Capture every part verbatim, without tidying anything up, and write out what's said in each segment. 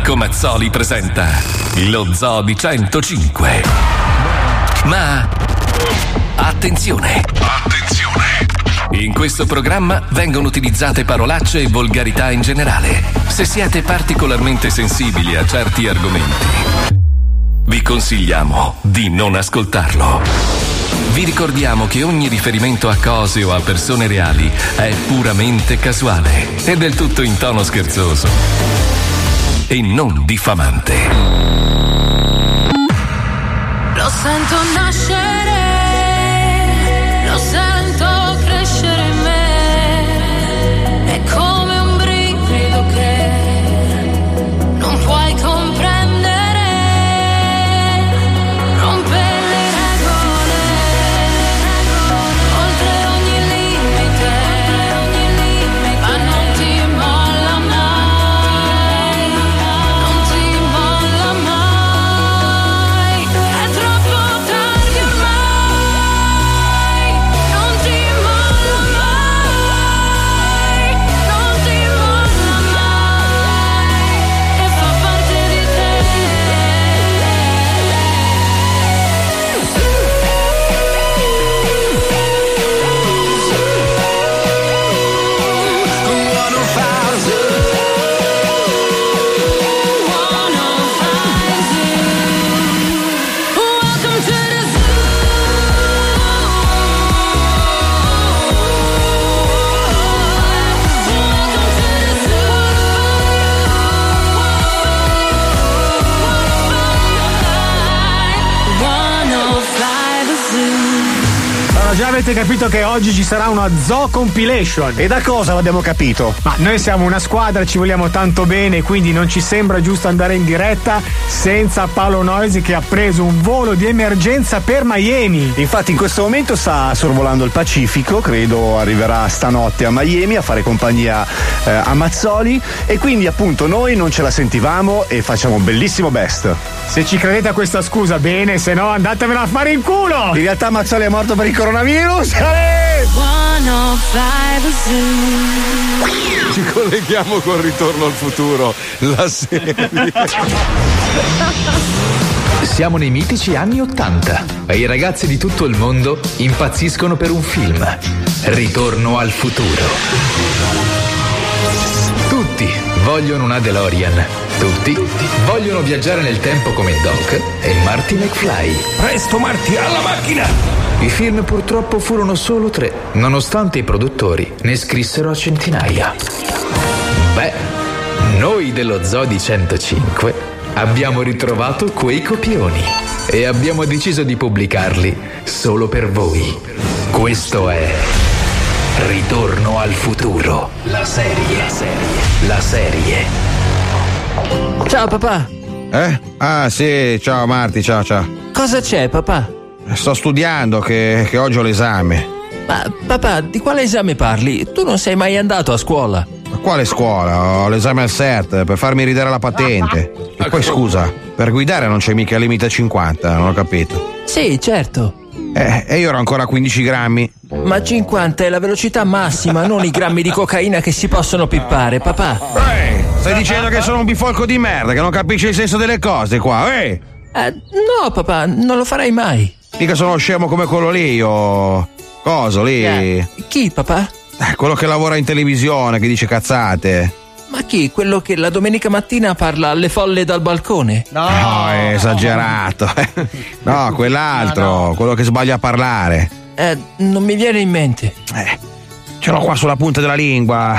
Marco Mazzoli presenta lo Zoo di centocinque. Ma attenzione! Attenzione! In questo programma vengono utilizzate parolacce e volgarità in generale. Se siete particolarmente sensibili a certi argomenti, vi consigliamo di non ascoltarlo. Vi ricordiamo che ogni riferimento a cose o a persone reali è puramente casuale e del tutto in tono scherzoso e non diffamante. Lo sento nascere, lo sento crescere in me, è come un brivido che non puoi comprendere, rompe le regole, oltre ogni limite, ma non ti molla mai, non ti molla mai, è troppo tardi ormai, non ti molla mai, non ti molla mai, e fa parte di te. Welcome to the Allora, già avete capito che oggi ci sarà una Zoo Compilation. E da cosa l'abbiamo capito? Ma noi siamo una squadra, ci vogliamo tanto bene, quindi non ci sembra giusto andare in diretta senza Paolo Noisi, che ha preso un volo di emergenza per Miami. Infatti in questo momento sta sorvolando il Pacifico, credo arriverà stanotte a Miami a fare compagnia eh, a Mazzoli, e quindi appunto noi non ce la sentivamo e facciamo un bellissimo best. Se ci credete a questa scusa, bene, se no andatevela a fare in culo! In realtà Mazzoli è morto per il coronavirus. Ale! Ci colleghiamo con Ritorno al futuro, la serie. Siamo nei mitici anni ottanta e i ragazzi di tutto il mondo impazziscono per un film. Ritorno al futuro. Tutti vogliono una DeLorean. Tutti vogliono viaggiare nel tempo come Doc e Marty McFly. Presto Marty, alla macchina! I film purtroppo furono solo tre, nonostante i produttori ne scrissero a centinaia. Beh, noi dello Zoo di centocinque abbiamo ritrovato quei copioni e abbiamo deciso di pubblicarli solo per voi. Questo è Ritorno al futuro, la serie, la serie, la serie. Ciao papà. Eh? Ah sì, ciao Marti, ciao ciao. Cosa c'è papà? Sto studiando che, che oggi ho l'esame. Ma papà, di quale esame parli? Tu non sei mai andato a scuola. Ma quale scuola? Ho l'esame al C E R T per farmi ridare la patente. E poi scusa, per guidare non c'è mica il limite a cinquanta, non ho capito. Sì, certo. Eh, e io ero ancora a quindici grammi. Ma cinquanta è la velocità massima, non i grammi di cocaina che si possono pippare, papà. Ehi, stai dicendo che sono un bifolco di merda, che non capisce il senso delle cose qua, ehi! Eh, no papà, non lo farei mai. Mica sono scemo come quello lì, o... Coso lì? Eh, chi papà? Eh, quello che lavora in televisione, che dice cazzate. Ma chi? Quello che la domenica mattina parla alle folle dal balcone? No, no è esagerato. No, quell'altro, no, no. Quello che sbaglia a parlare. Eh, non mi viene in mente. Eh, ce l'ho qua sulla punta della lingua.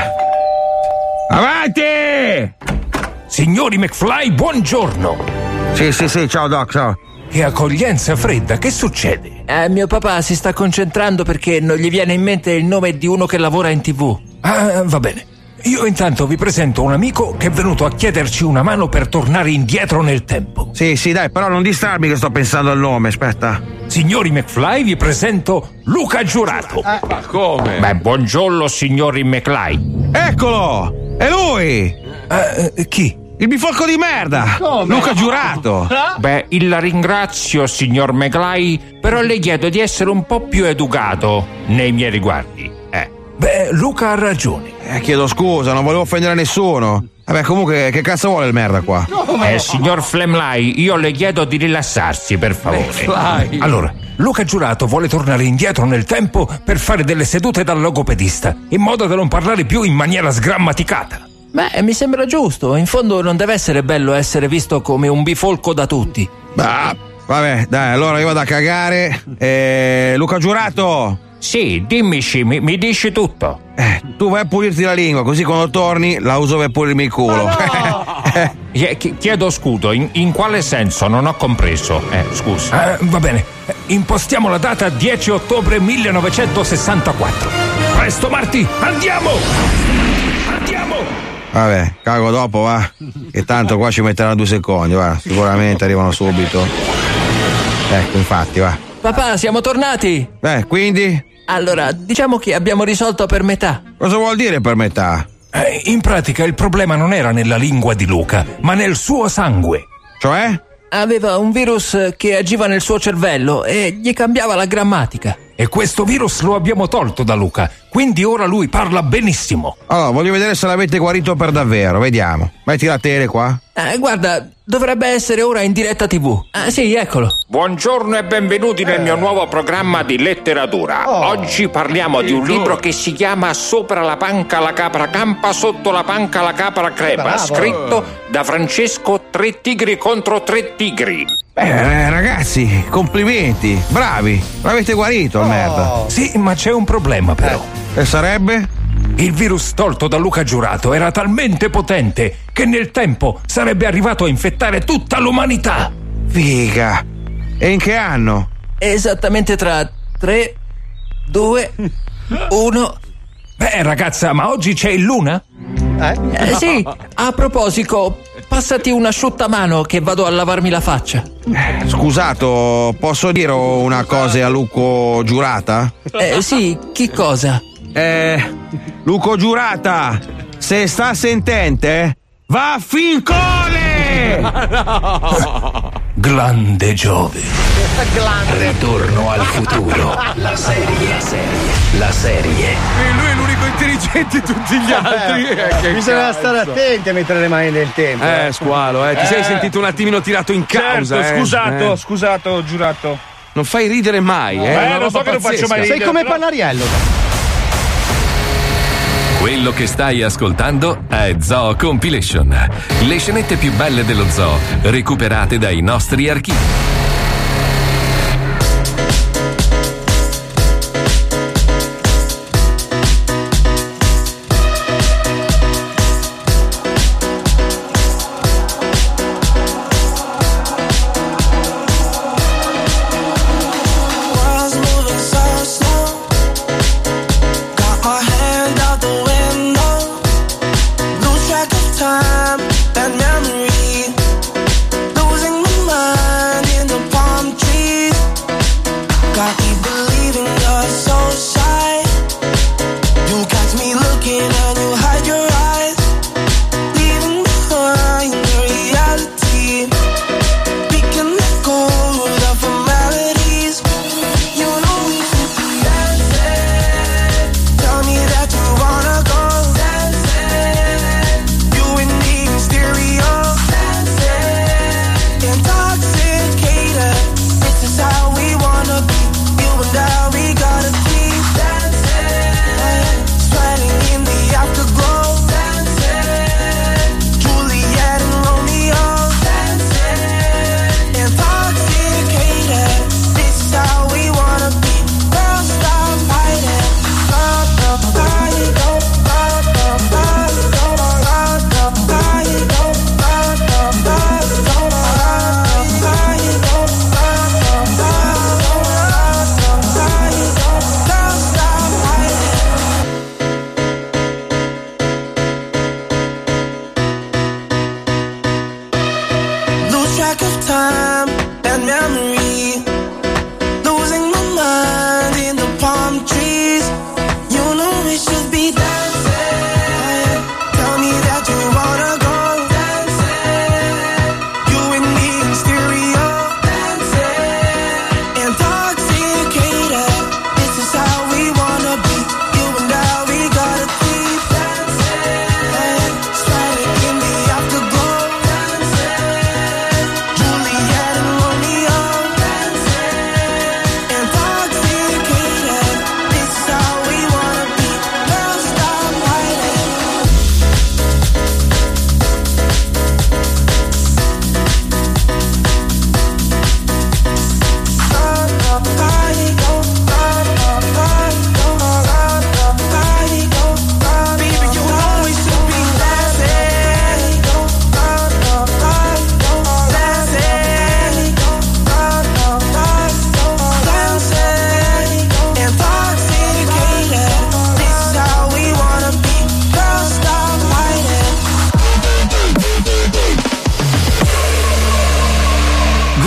Avanti! Signori McFly, buongiorno! Sì, sì, sì, ciao Doc, ciao. Che accoglienza fredda, che succede? Eh, mio papà si sta concentrando perché non gli viene in mente il nome di uno che lavora in tivù. Ah, va bene. Io intanto vi presento un amico che è venuto a chiederci una mano per tornare indietro nel tempo. Sì, sì, dai, però non distrarmi che sto pensando al nome, aspetta. Signori McFly, vi presento Luca Giurato. Eh, ma come? Beh, buongiorno signori McFly. Eccolo! È lui! Eh, chi? Il bifolco di merda! Come? Luca Giurato! Beh, la ringrazio, signor McFly, però le chiedo di essere un po' più educato nei miei riguardi. Eh. Beh, Luca ha ragione. Eh, chiedo scusa, non volevo offendere nessuno. Vabbè, comunque, che cazzo vuole il merda qua? Eh, signor Flemlai, io le chiedo di rilassarsi, per favore. Flemlai. Allora, Luca Giurato vuole tornare indietro nel tempo per fare delle sedute dal logopedista, in modo da non parlare più in maniera sgrammaticata. Beh, mi sembra giusto. In fondo non deve essere bello essere visto come un bifolco da tutti. Bah, vabbè, dai, allora io vado a cagare. Eh, Luca Giurato! Sì, dimmici, mi, mi dici tutto. Eh, tu vai a pulirti la lingua, così quando torni la uso per pulirmi il culo. Eh, chiedo scudo, in, in quale senso? Non ho compreso. Eh, scusa. Eh, va bene, impostiamo la data dieci ottobre millenovecentosessantaquattro. Presto, Marti, andiamo! Andiamo! Vabbè, cago dopo, va. E tanto qua ci metteranno due secondi, va. Sicuramente arrivano subito. Ecco, infatti, va. Papà, siamo tornati! Eh, quindi? Allora, diciamo che abbiamo risolto per metà. Cosa vuol dire per metà? Eh, in pratica il problema non era nella lingua di Luca, ma nel suo sangue. Cioè? Aveva un virus che agiva nel suo cervello e gli cambiava la grammatica. E questo virus lo abbiamo tolto da Luca, quindi ora lui parla benissimo. Allora, voglio vedere se l'avete guarito per davvero, vediamo. Metti la tele qua. Eh, guarda, dovrebbe essere ora in diretta tivù. Ah, sì, eccolo. Buongiorno e benvenuti nel mio nuovo programma di letteratura. Oh. Oggi parliamo di un libro che si chiama Sopra la panca la capra campa, sotto la panca la capra crepa, Bravo. scritto da Francesco Tre Tigri contro Tre Tigri. Eh, ragazzi, complimenti, bravi, l'avete guarito, Oh. merda. Sì, ma c'è un problema però. E sarebbe? Il virus tolto da Luca Giurato era talmente potente che nel tempo sarebbe arrivato a infettare tutta l'umanità. Figa. E in che anno? Esattamente tra tre, due, uno. Beh, ragazza, ma oggi c'è il Luna? Eh? Eh, sì, a proposito, passati un asciuttamano che vado a lavarmi la faccia. Eh, Scusato, posso dire una cosa a Luco Giurata? Eh, sì, chi cosa? Eh, Luco Giurata, se sta sentente, va a fincole! Grande Giove. Ritorno al futuro. La serie, la serie, la serie. E lui è l'unico intelligente di tutti gli altri. Eh, che Bisogna cazzo. stare attenti a mettere le mani nel tempo. Eh, squalo, eh, ti sei sentito un attimino tirato in causa. Certo, eh. scusato, Eh. scusato, giurato. Non fai ridere mai, eh. Eh, È una lo so roba che non faccio pazzesca. mai Sei ridere, come però- Pannariello. Quello che stai ascoltando è Zoo Compilation. Le scenette più belle dello zoo, recuperate dai nostri archivi. Was moving so slow. Got my hand out the window. Lose track of time and memory. Losing my mind in the palm trees. Got me believing you're so shy. You catch me looking and you hide your eyes. Leaving behind the reality. We can let go of the formalities. You know we should be dancing. Tell me that you wanna go dancing. You and me in stereo dancing. Intoxicated. This is how we wanna be. You and I, we gotta keep dancing. Sweating in the afterglow dancing. Juliet and Romeo dancing. Intoxicated. This is how we wanna be. Girl, stop fighting. Stop, stop, fighting. Stop, stop, stop, fighting. Stop, stop, stop, fighting. Stop, stop, stop, fighting. Stop, stop, stop, fighting. Stop, stop, stop, fighting. Stop, stop, stop, fighting. Lose track of time and memory. Losing my mind in the palm trees. You know we should be dancing. Tell me that you wanna go dancing. You and me in stereo dancing. Intoxicated. This is how we wanna be. You and I, we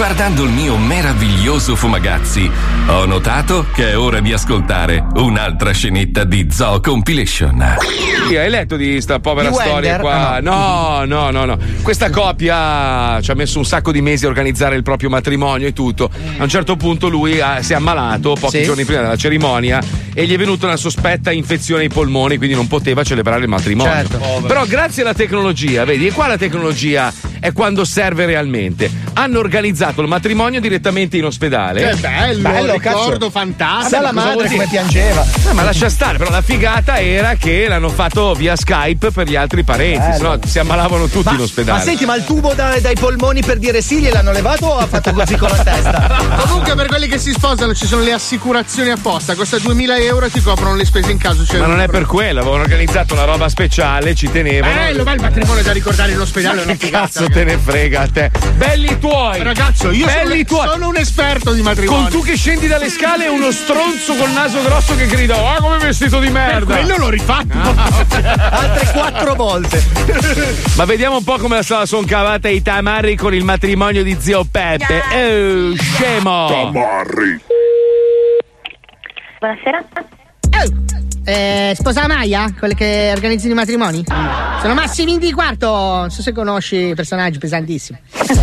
Guardando il mio meraviglioso Fumagazzi, ho notato che è ora di ascoltare un'altra scenetta di Zoo Compilation. Hai letto di sta povera Di storia Wender? qua? No, no, no, no. Questa coppia ci ha messo un sacco di mesi a organizzare il proprio matrimonio e tutto. A un certo punto lui ha- si è ammalato pochi Sì. giorni prima della cerimonia e gli è venuta una sospetta infezione ai polmoni, quindi non poteva celebrare il matrimonio. Certo. Povero. Però grazie alla tecnologia, vedi, e qua la tecnologia è quando serve realmente. Hanno organizzato il matrimonio direttamente in ospedale. Che bello, Bello, ricordo cazzo. fantastico. Sa la cosa madre vuol come dire? piangeva. Eh, ma lascia stare, però la figata era che l'hanno fatto via Skype per gli altri parenti, sennò si ammalavano tutti in ospedale. Ma senti, ma il tubo da- dai polmoni per dire sì gliel'hanno levato o ha fatto così con la testa? Comunque per quelli che si sposano ci sono le assicurazioni apposta, costa duemila euro e ti coprono le spese in caso c'è Ma un non è per problema. quello, avevano organizzato una roba speciale, ci tenevano. Bello, ma il matrimonio da ricordare in ospedale Ma è una che figata. cazzo te ne frega a te? Belli tuoi! Ragazzo, io sono, Belli tuoi! sono un esperto di matrimonio. Con tu che scendi dalle scale e uno stronzo col naso grosso che grida: ah, come vestito di merda! Per quello l'ho rifatto. Altre quattro volte. Ma vediamo un po' come se la son cavata i tamarri con il matrimonio di zio Peppe. Oh, scemo! Buonasera. Eh, sposa Maia? Quelle che organizzano i matrimoni? Sono Massimi di Quarto. Non so se conosci personaggi pesantissimi.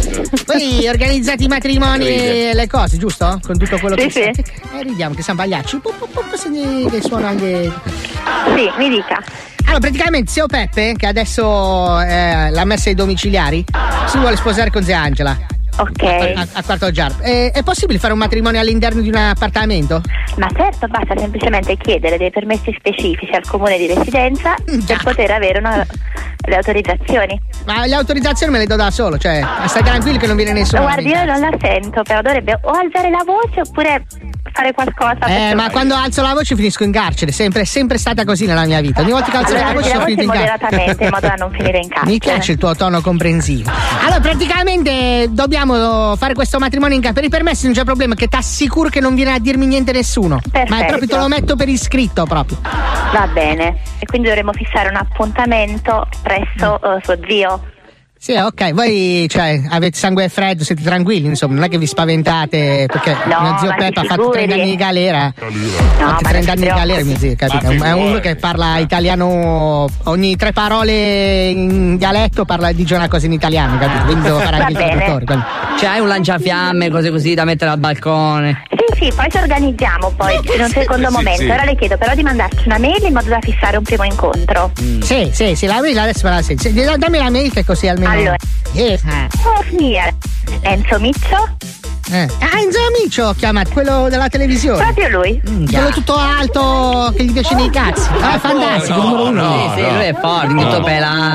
Voi organizzate i matrimoni Ride. e le cose, giusto? Con tutto quello Sì, che sì. sa- Eh, ridiamo che siamo pagliacci. Pu, pu, pu, così che suona anche. Sì, mi dica. Allora, praticamente zio Peppe, che adesso eh, l'ha messa ai domiciliari, si vuole sposare con zia Angela. Ok. A, a Quarto Giarp. Eh, è possibile fare un matrimonio all'interno di un appartamento? Ma certo, basta semplicemente chiedere dei permessi specifici al comune di residenza per poter avere una- le autorizzazioni. Ma le autorizzazioni me le do da solo, cioè, stai tranquillo che non viene nessuno. Guardi, io non la sento, però dovrebbe o alzare la voce oppure fare qualcosa. Eh, per- ma quando alzo la voce finisco in carcere, sempre, è sempre stata così nella mia vita. Ogni volta che alzo Allora, la voce alzi sono la finito in voce carcere. moderatamente in modo da non finire in carcere. Mi piace il tuo tono comprensivo. Allora, praticamente dobbiamo fare questo matrimonio in casa. Per i permessi non c'è problema, che ti assicuro che non viene a dirmi niente nessuno. Ma è proprio te lo metto per iscritto proprio. Va bene. E quindi dovremo fissare un appuntamento presso eh, suo zio. Sì, ok, voi cioè, avete sangue freddo, siete tranquilli, insomma, non è che vi spaventate perché No, mio zio ma Peppa ha si fatto trenta figuri. anni di galera. Ha ma fatto non trenta si anni di galera, preoccupi. mio zio, capito? Ma È uno figurati. che parla italiano, ogni tre parole in dialetto parla, dice una cosa in italiano, capito? Quindi devo fare Va anche il bene. traduttore. quindi- Cioè, hai un lanciafiamme, cose così da mettere al balcone. Sì, sì, poi ci organizziamo poi in un secondo Sì, momento. sì. Ora le chiedo però di mandarci una mail in modo da fissare un primo incontro. Sì, sì, sì, la mail adesso me la senti. Sì, dammi la mail che così almeno. Allora. Eh. Oh, mia. Enzo Miccio? Eh. Ah, Enzo Amicio chiamato, quello della televisione. Proprio lui. Quello tutto alto che gli piace nei cazzi. Ah, è fantastico, no, numero uno. no, sì, sì, lui è forte, tutto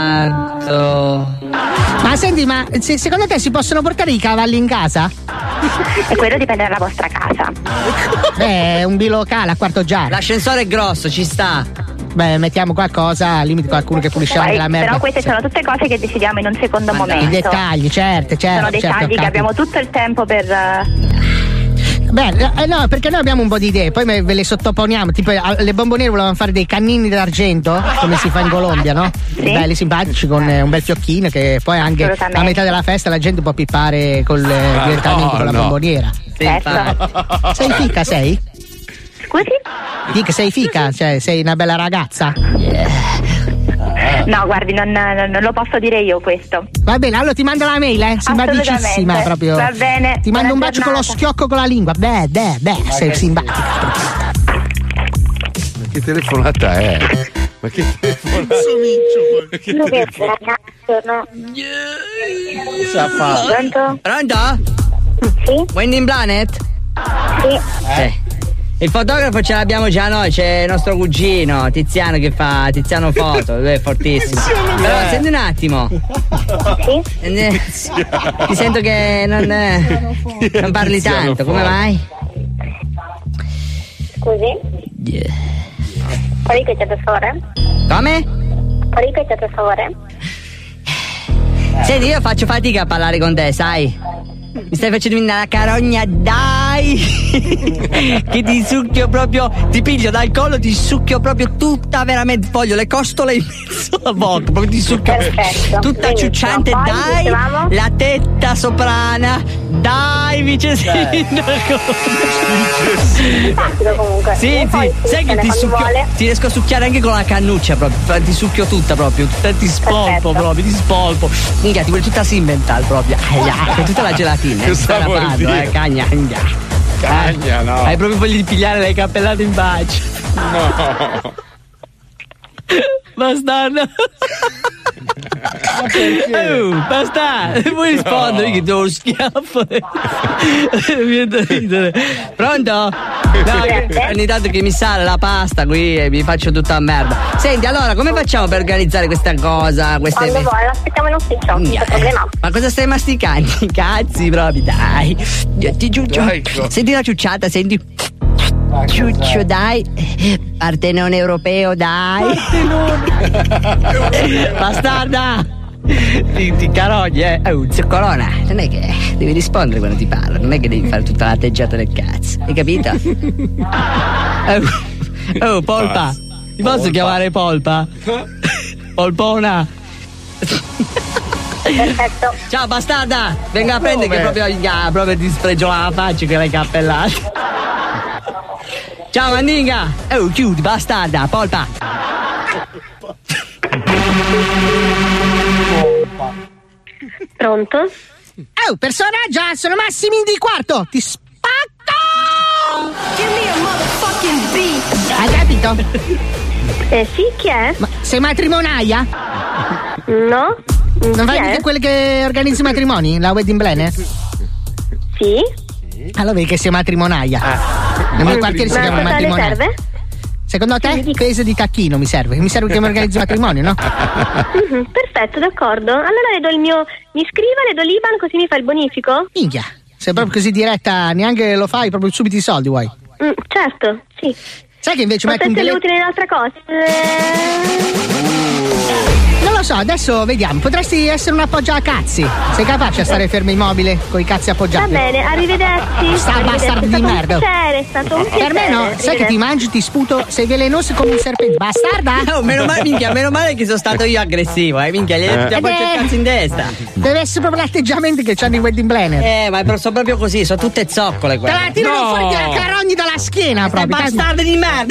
pelato. Ma senti, ma se- secondo te si possono portare i cavalli in casa? E quello dipende dalla vostra casa. Beh, un bilocale a Quarto Giarp. L'ascensore è grosso, ci sta. Beh, mettiamo qualcosa, al limite qualcuno che pulisce anche Poi, la merda. però queste sono tutte cose che decidiamo in un secondo momento. I dettagli, certo, certo. Sono dettagli certo, che capito. abbiamo tutto il tempo per. eh, Beh, eh, no, perché noi abbiamo un po' di idee, poi me- ve le sottoponiamo. Tipo, eh, le bomboniere volevano fare dei cannini d'argento, come si fa in Colombia, no? Sì. Belli, simpatici, con eh, un bel fiocchino, che poi anche Assolutamente. a metà della festa la gente può pippare col, eh, direttamente con la no. bomboniera. Certo. Sei fica, sei? Scusi? Dica, sei fica? Cioè, sei una bella ragazza? No, guardi, non, non- non lo posso dire io questo. Va bene, allora ti mando la mail, eh? Simpaticissima Assolutamente. proprio. Va bene. Ti mando Buona un bacio con lo giornata. schiocco con la lingua. Beh, beh, beh, sei simpatica. Ma che telefonata è? Ma che telefonata? Pronto? Pronto? Sì. Winding Planet? Sì. Eh. Il fotografo ce l'abbiamo già noi, c'è il nostro cugino Tiziano che fa Tiziano Foto, lui è fortissimo. Però senti un attimo. Sì. Eh, Ti sento che non, eh, non parli Tiziano tanto, come Foto. mai? Scusi? Puoi ripetere per favore? Come? Puoi ripetere per favore? Senti, io faccio fatica a parlare con te, sai? Mi stai facendo venire la carogna, dai! dai! Che ti succhio proprio, ti piglio dal collo, ti succhio proprio tutta, veramente, voglio le costole in mezzo alla bocca, proprio ti succhio. Perfetto. Tutta ciucciante, Poi, dai! dicevamo? La tetta soprana, dai, vice sindaco! Fantastico comunque. Sì, E poi, sì, sai che ti quando succhio, vuole. ti riesco a succhiare anche con la cannuccia proprio, ti succhio tutta proprio, tutta, ti spolpo Perfetto. proprio, ti spolpo. Minchia, ti vuoi tutta simmental proprio, aia, con tutta la gelatina. Che eh, sta vuol rapato, dire? eh, cagna, cagna. Cagna, no. Hai proprio voglia di pigliare le cappellate in faccia. No. Bastardo. Oh, bastardo, vuoi rispondere? No. Che do lo schiaffo. Mi viene da ridere. Pronto? No, che- ogni tanto che mi sale la pasta qui e mi faccio tutta a merda. Senti, allora, come facciamo per organizzare questa cosa? Queste... Quando vuole, aspettiamo in ufficio, non c'è problema. Ma cosa stai masticando? I cazzi proprio, dai. Io ti ciuccio. Dai, co- Senti la ciucciata, senti. Ciuccio, dai. Partenone europeo, dai. Bastarda. Ti, ti carogli, eh. Oh, zoccolona. Non è che devi rispondere quando ti parlo. Non è che devi fare tutta la teggiata del cazzo. Hai capito? Oh, oh polpa. Ti posso Polpa. chiamare polpa? Polpona. Perfetto. Ciao bastarda! Venga a prendere che proprio, ah, proprio ti sfregio la faccia con le cappellate. Ciao Mandinga! Oh, chiudi, bastarda, polpa! Pronto? Oh, personaggio, sono Massimi di quarto! Ti spacco! Hai capito? Eh sì, chi è? Ma sei matrimonaia? No? Non fai Chi è? mica quelle che organizzi i matrimoni? La wedding planner? Sì. Allora vedi che sei matrimonaia. Nel mio quartiere si Ma chiama cosa le matrimonaia. serve? Secondo te? Peso di tacchino mi serve. Mi serve che mi organizzi un matrimonio, no? Mhm, perfetto, d'accordo. Allora le do il mio. Mi scriva, le do l'I B A N così mi fa il bonifico? Minchia, sei proprio così diretta, neanche lo fai, proprio subito i soldi vuoi. Mm, certo, sì. Sai che invece metti Posso un essere tele... utile in altre cose? Eh... Non lo so, adesso vediamo. Potresti essere un appoggio a cazzi. Sei capace a stare fermo immobile con i cazzi Va appoggiati? bene, arrivederci. Sta Arrivederci, bastardo è di stato un merda. piacere, è stato un piacere. Per me no, sai che ti Arrivederci. mangi, ti sputo, sei velenoso come un serpente. Bastarda! Oh, meno male, minchia, meno male che sono stato io aggressivo, eh, minchia, gli Eh. hai appoggiato il cazzo in testa. Deve essere proprio l'atteggiamento che c'hanno i wedding planner. Eh, ma sono proprio così, sono tutte zoccole Te quelle. la tirano fuori, te la carogni dalla schiena Stai proprio. bastardo di merda!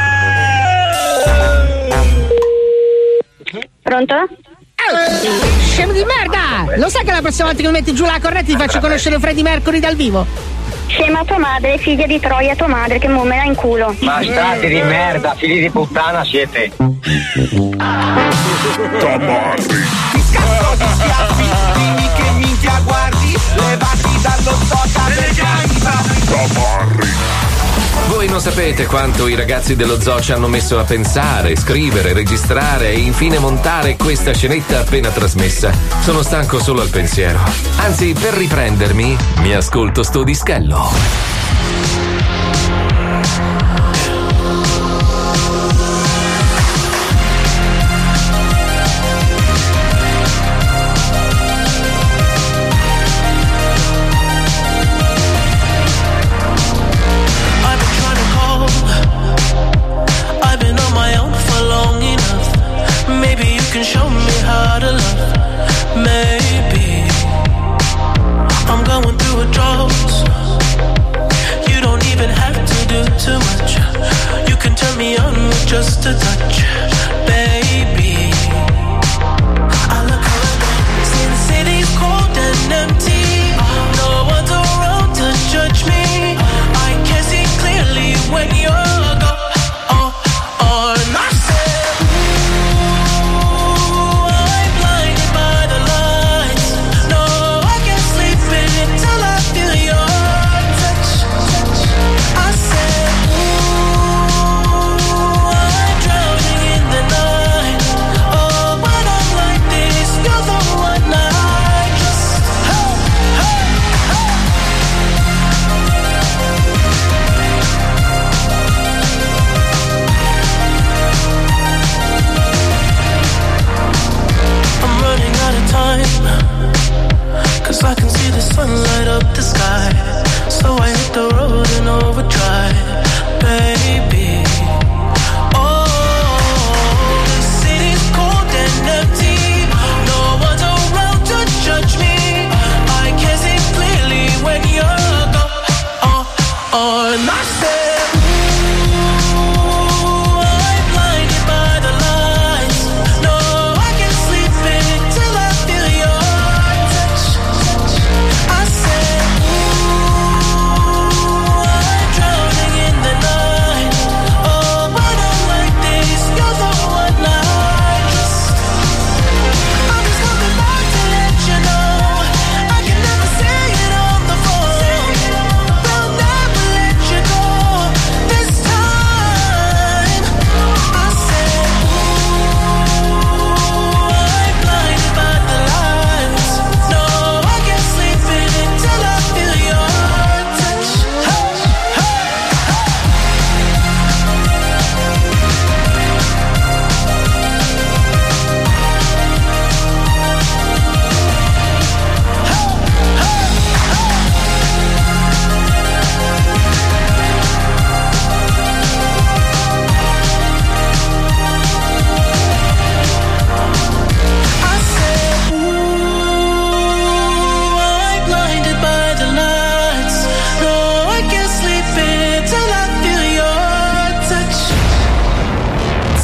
Pronto? Oh, scemo di merda! Lo sai che la prossima volta che mi metti giù la corretta ti faccio conoscere Freddie Mercury dal vivo? Scema tua madre, figlia di Troia tua madre, che mo me la in culo. Bastardi di merda, figli di puttana siete. Tamarri. Ti scazzo di schiaffi, dimmi che minchia guardi, levati dallo zoca eleganza. Tamarri. Voi non sapete quanto i ragazzi dello zoo ci hanno messo a pensare, scrivere, registrare e infine montare questa scenetta appena trasmessa. Sono stanco solo al pensiero. Anzi, per riprendermi, mi ascolto sto dischello. I've been trying to call. I've been on my own for long enough. Maybe you can show me how to love. Maybe I'm going through a drought. You don't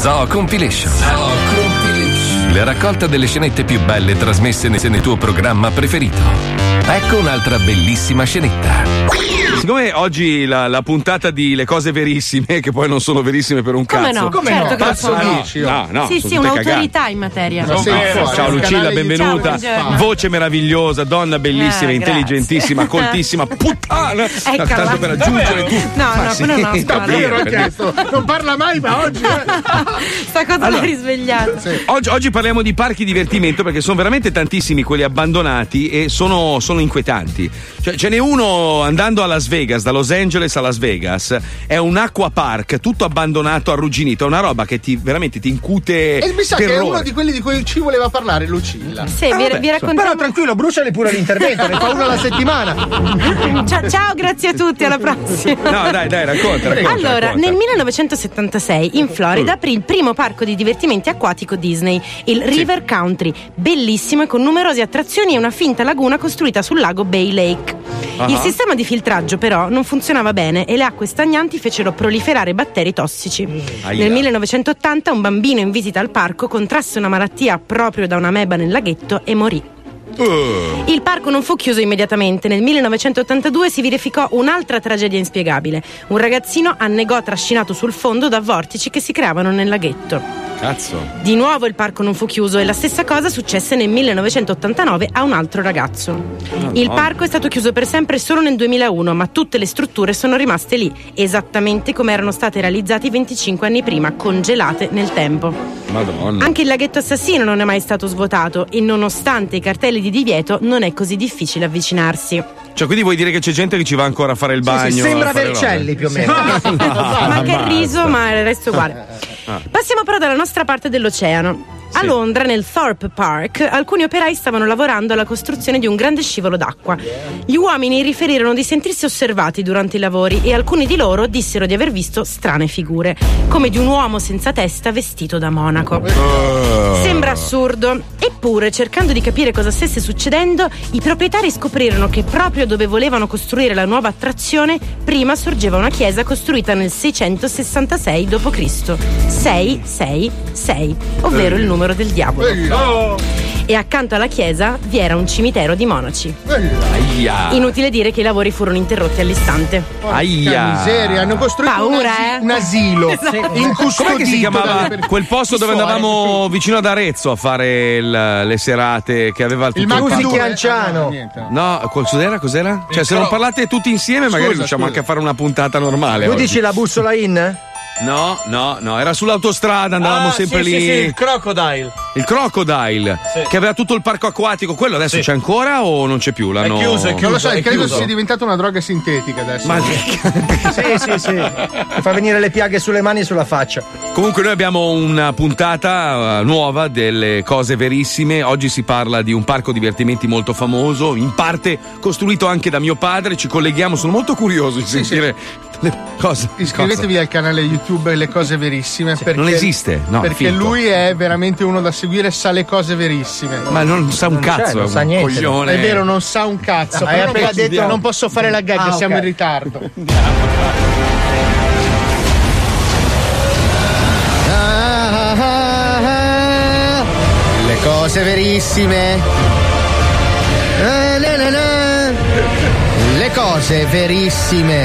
Zoo Compilation. Zoo Compilation. La raccolta delle scenette più belle trasmesse nel tuo programma preferito. Ecco un'altra bellissima scenetta. Siccome oggi la, la puntata di Le cose verissime, che poi non sono verissime per un Come cazzo. no? Come certo no? Che Pazzo lo sono. dici? No, no, sì, sono sì, tutte un'autorità cagate. in materia. No, no, ciao Lucilla, benvenuta. Ciao, Voce meravigliosa, donna bellissima, Eh, intelligentissima, grazie. coltissima, puttana. Eccola. Tanto per aggiungere tu. No, Ma no, sì, però no, per scusa, dire, Io l'ho per dire. chiesto, non parla mai, ma oggi. Sta cosa Allora, l'ha risvegliata. Oggi, oggi parliamo di parchi divertimento perché sono veramente tantissimi quelli abbandonati e sono, sono inquietanti. Cioè, ce n'è uno andando a Las Vegas, da Los Angeles a Las Vegas, è un acqua park tutto abbandonato, arrugginito, è una roba che ti veramente ti incute E mi sa che è terrore. uno di quelli di cui ci voleva parlare Lucilla. Sì, vi, vi raccontiamo. Però tranquillo, bruciali pure l'intervento, ne fa uno alla settimana. Ciao, ciao, grazie a tutti, alla prossima. No, dai, dai, racconta, racconta. Allora, racconta. nel millenovecentosettantasei in Florida aprì il primo parco di divertimenti acquatico Disney, il River Country, bellissimo e con numerose attrazioni e una finta laguna costruita sul lago Bay Lake. Ah. Il sistema di filtraggio però non funzionava bene e le acque stagnanti fecero proliferare batteri tossici. Aia. Nel millenovecentottanta un bambino in visita al parco contrasse una malattia proprio da un'ameba nel laghetto e morì. Il parco non fu chiuso immediatamente. Nel millenovecentottantadue si verificò un'altra tragedia inspiegabile. Un ragazzino annegò trascinato sul fondo da vortici che si creavano nel laghetto. Cazzo. Di nuovo il parco non fu chiuso e la stessa cosa successe nel millenovecentottantanove a un altro ragazzo. Il no. parco è stato chiuso per sempre solo nel duemilauno, ma tutte le strutture sono rimaste lì, esattamente come erano state realizzate venticinque anni prima, congelate nel tempo. Madonna. Anche il laghetto assassino non è mai stato svuotato e nonostante i cartelli di divieto non è così difficile avvicinarsi. Cioè, quindi vuoi dire che c'è gente che ci va ancora a fare il bagno? Sì, sì, sembra a fare Vercelli robe? più o meno. Manca il riso, ma il resto è uguale. Passiamo però dalla nostra parte dell'oceano. A Londra, nel Thorpe Park, alcuni operai stavano lavorando alla costruzione di un grande scivolo d'acqua. Gli uomini riferirono di sentirsi osservati durante i lavori e alcuni di loro dissero di aver visto strane figure, come di un uomo senza testa vestito da monaco. Sembra assurdo, eppure, cercando di capire cosa stesse succedendo, i proprietari scoprirono che proprio dove volevano costruire la nuova attrazione, prima sorgeva una chiesa costruita nel seicentosessantasei dopo Cristo. sei sei sei, ovvero il numero del diavolo. E accanto alla chiesa vi era un cimitero di monaci. Aia. Inutile dire che i lavori furono interrotti all'istante. Aia. Miseria, hanno costruito Paura, un, asi- eh? un asilo Esatto. incustodito. Com'è che si chiamava dalle per- quel posto dove Suore. andavamo vicino ad Arezzo a fare il- le serate che aveva tutto Il parco? Musichi Anciano. No, cos'era? Cos'era? Cioè, se cro- non parlate tutti insieme, magari Scusa, riusciamo scusa. anche a fare una puntata normale. Tu oggi. dici la bussola in? No, no, no, era sull'autostrada, andavamo Ah, sempre sì, lì. sì, sì, il Crocodile. Il Crocodile, Sì. che aveva tutto il parco acquatico, quello adesso Sì. c'è ancora o non c'è più? L'hanno... chiuso, è Non lo so, È credo chiuso. sia diventata una droga sintetica adesso. Ma Sì, sì, sì. Ti fa venire le piaghe sulle mani e sulla faccia. comunque noi abbiamo una puntata uh, nuova delle cose verissime. Oggi si parla di un parco divertimenti molto famoso, in parte costruito anche da mio padre. Ci colleghiamo, sono molto curioso di sentire le cose. Iscrivetevi al canale YouTube Le Cose Verissime. Perché, non esiste, no, Perché finto. lui è veramente uno da seguire, sa le cose verissime. Ma non sa un Non c'è, cazzo, non è sa un niente. coglione. È vero, non sa un cazzo. Ah, però hai non, appena posso, detto- non posso fare la gag, Ah, siamo ok. in ritardo. Le cose verissime. Eh, na, na, na. Le cose verissime.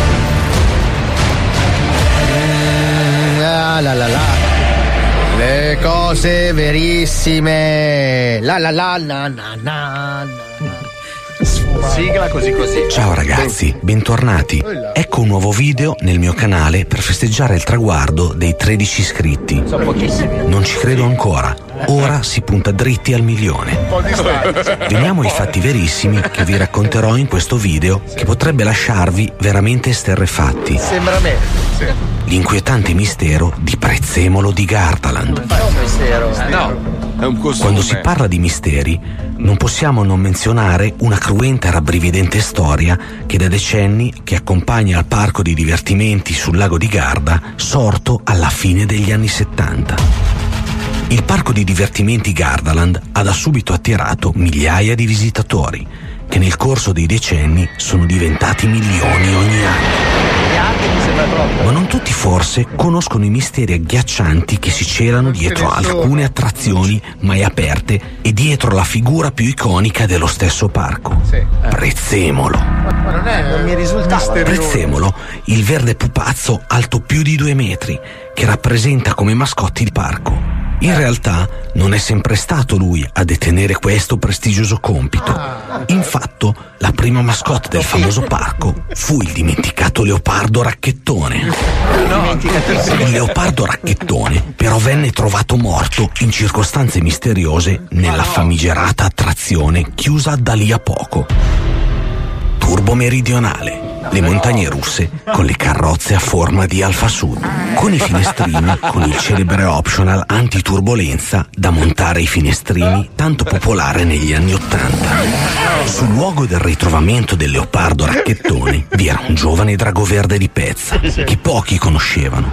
Mm, la, la, la, la. Le cose verissime. La la la la na na. Sigla così così. Ciao ragazzi, bentornati. Ecco un nuovo video nel mio canale per festeggiare il traguardo dei tredici iscritti. Sono pochissimi. Non ci credo ancora. Ora si punta dritti al milione. Veniamo ai fatti verissimi che vi racconterò in questo video che potrebbe lasciarvi veramente esterrefatti. Sembra me. L'inquietante mistero di Prezzemolo di Gardaland. È un mistero. No, è un costume. Quando si parla di misteri, non possiamo non menzionare una cruenta e rabbrividente storia che da decenni che accompagna il parco di divertimenti sul lago di Garda, sorto alla fine degli anni settanta. Il parco di divertimenti Gardaland ha da subito attirato migliaia di visitatori che nel corso dei decenni sono diventati milioni ogni anno. Ma non tutti forse conoscono i misteri agghiaccianti che si celano dietro alcune attrazioni mai aperte e dietro la figura più iconica dello stesso parco. Prezzemolo. Ma non è, non mi risultava. Prezzemolo, il verde pupazzo alto più di due metri, che rappresenta come mascotte il parco. In realtà non è sempre stato lui a detenere questo prestigioso compito. Infatti, la prima mascotte del famoso parco fu il dimenticato leopardo racchettone. Il leopardo racchettone però venne trovato morto in circostanze misteriose nella famigerata attrazione chiusa da lì a poco. Turbo Meridionale. Le montagne russe con le carrozze a forma di Alfa Sud, con i finestrini con il celebre optional antiturbolenza da montare ai finestrini, tanto popolare negli anni ottanta. Sul luogo del ritrovamento del leopardo racchettone vi era un giovane drago verde di pezza che pochi conoscevano.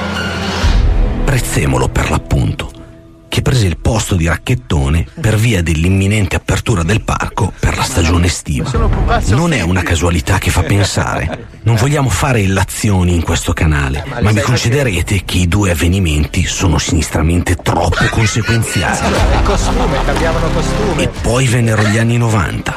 Prezzemolo per l'appunto, che prese il posto di racchettone per via dell'imminente apertura del parco per la stagione estiva. Non è una casualità che fa pensare. Non vogliamo fare illazioni in questo canale, ma mi concederete che i due avvenimenti sono sinistramente troppo conseguenziali. Costume, cambiavano costume. E poi vennero gli anni novanta.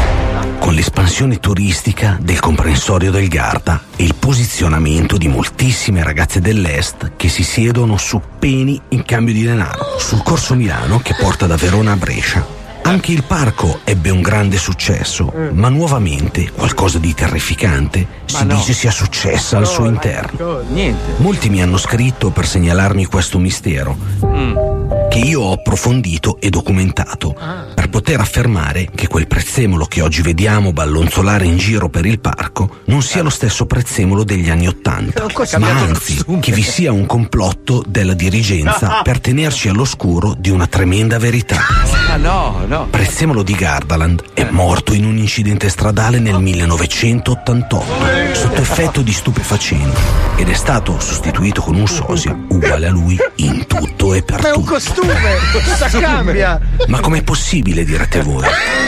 Con l'espansione turistica del comprensorio del Garda e il posizionamento di moltissime ragazze dell'Est che si siedono su peni in cambio di denaro sul corso Milano che porta da Verona a Brescia. Anche il parco ebbe un grande successo, ma nuovamente qualcosa di terrificante si no. dice sia successa al suo interno. Niente. Molti mi hanno scritto per segnalarmi questo mistero, Mm. che io ho approfondito e documentato per poter affermare che quel prezzemolo che oggi vediamo ballonzolare in giro per il parco non sia lo stesso prezzemolo degli anni Ottanta, ma anzi che vi sia un complotto della dirigenza per tenerci all'oscuro di una tremenda verità. Ah no, no. Prezzemolo di Gardaland è morto in un incidente stradale nel millenovecentottantotto sotto effetto di stupefacenti ed è stato sostituito con un sosia uguale a lui in tutto e per Ma è un tutto. costume, cosa cambia? Ma com'è possibile, direte voi?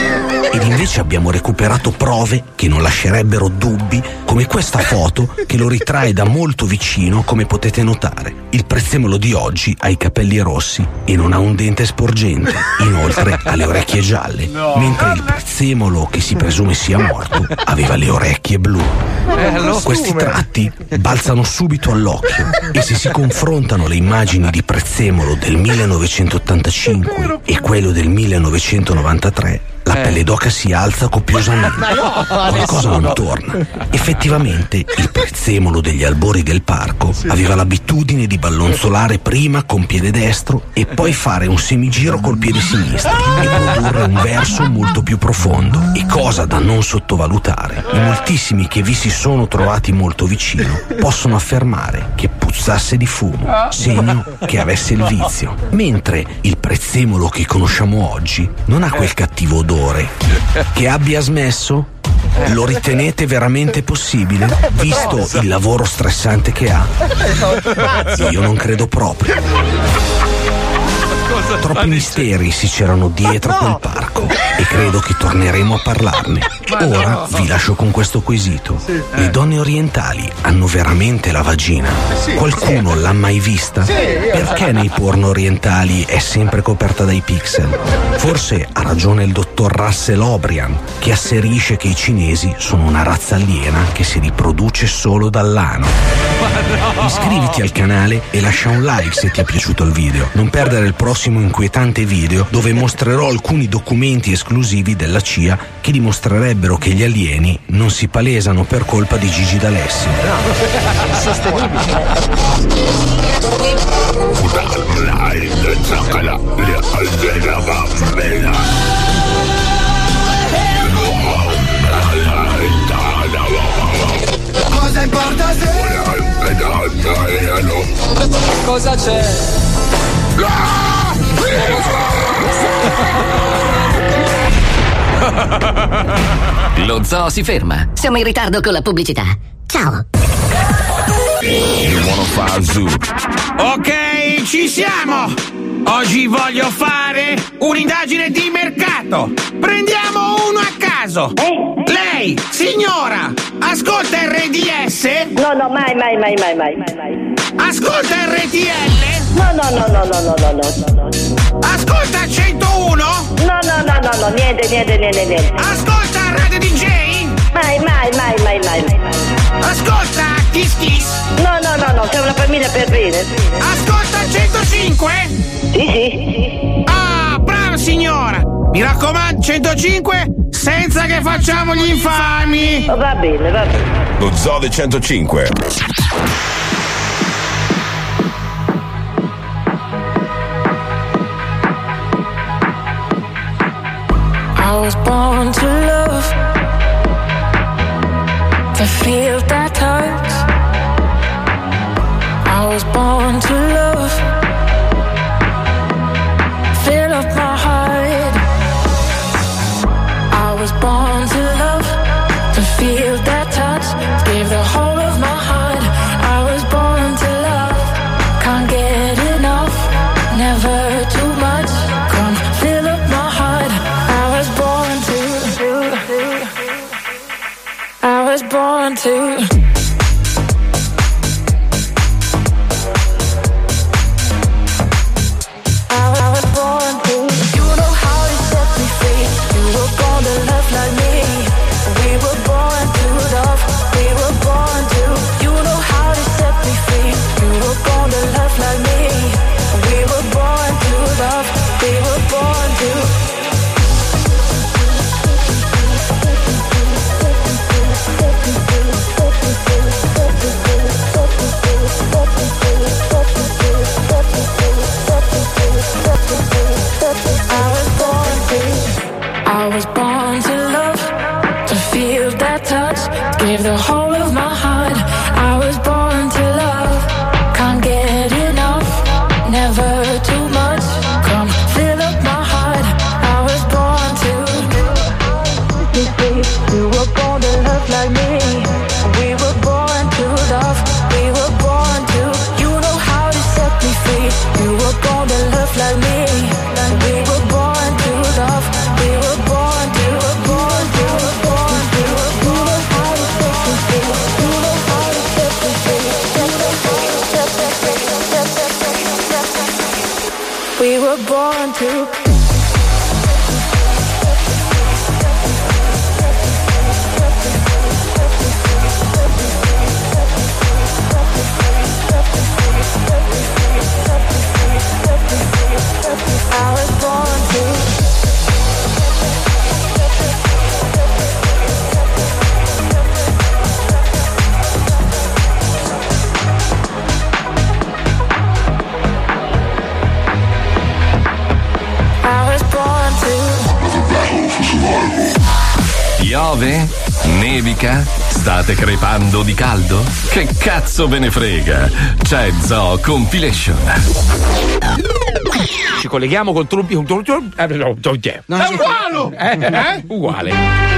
Ed invece abbiamo recuperato prove che non lascerebbero dubbi, come questa foto che lo ritrae da molto vicino, come potete notare. Il prezzemolo di oggi ha i capelli rossi e non ha un dente sporgente, inoltre ha le orecchie gialle, No. mentre il prezzemolo che si presume sia morto aveva le orecchie blu. Eh, allora- Questi tratti balzano subito all'occhio e se si confrontano le immagini di prezzemolo del millenovecentottantacinque e quello del millenovecentonovantatré, la pelle d'oca si alza copiosamente. Ma no, Qualcosa nessuno. non torna. Effettivamente il prezzemolo degli albori del parco aveva l'abitudine di ballonzolare prima con piede destro e poi fare un semigiro col piede sinistro e produrre un verso molto più profondo. E cosa da non sottovalutare, i moltissimi che vi si sono trovati molto vicino possono affermare che puzzasse di fumo, segno che avesse il vizio, mentre il prezzemolo che conosciamo oggi non ha quel cattivo odore. Che abbia smesso? Lo ritenete veramente possibile, visto il lavoro stressante che ha? Io non credo proprio. Troppi misteri si c'erano dietro quel parco e credo che torneremo a parlarne. Ora vi lascio con questo quesito. Le donne orientali hanno veramente la vagina? Qualcuno l'ha mai vista? Perché nei porno orientali è sempre coperta dai pixel? Forse ha ragione il dottor Russell O'Brien, che asserisce che i cinesi sono una razza aliena che si riproduce solo dall'ano. Iscriviti al canale e lascia un like se ti è piaciuto il video. Non perdere il prossimo inquietante video dove mostrerò alcuni documenti esclusivi della C I A che dimostrerebbero che gli alieni non si palesano per colpa di Gigi D'Alessio. Cosa importa se cosa c'è? Lo zoo si ferma. Siamo in ritardo con la pubblicità. Ciao. Ok, ci siamo! Oggi voglio fare un'indagine di mercato. Prendiamo uno a caso. Eh? Lei, signora, ascolta R D S? No, no, mai, mai, mai, mai, mai, mai. Ascolta R T L? No, no, no, no, no, no, no, no, no. Ascolta centouno? No, no, no, no, no, niente, niente, niente, niente. Ascolta Radio D J? Mai, mai, mai, mai, mai, mai. Ascolta Kiss Kiss? No, no, no, no, c'è una famiglia per bene. Ascolta centocinque? Sì, sì. Ah, brava signora! Mi raccomando, centocinque senza che facciamo gli infami! Oh, va bene, va bene. Lo Zoo del centocinque. I was born to love, to feel that touch. I was born to love, fill up my heart. I was born to love, to feel that touch, give the whole of my heart. I was born to love, can't get enough, never too much. Come fill up my heart. I was born to, I was born to. I was born to love, to feel that touch, give the whole of my heart. I was born to love, can't get enough, never too much. Come fill up my heart. I was born to. You were born to love like me. We were born to love. We were born to. You know how to set me free. You were born to love like me. We were born to love. We were born to, born to, born to. You know how to set me free. You know how to set me free. We were born to. I was born to. Piove? Nevica? State crepando di caldo? Che cazzo ve ne frega? C'è Zoo Compilation. Ci colleghiamo col trumpi. È uguale! Eh? Eh? Uguale.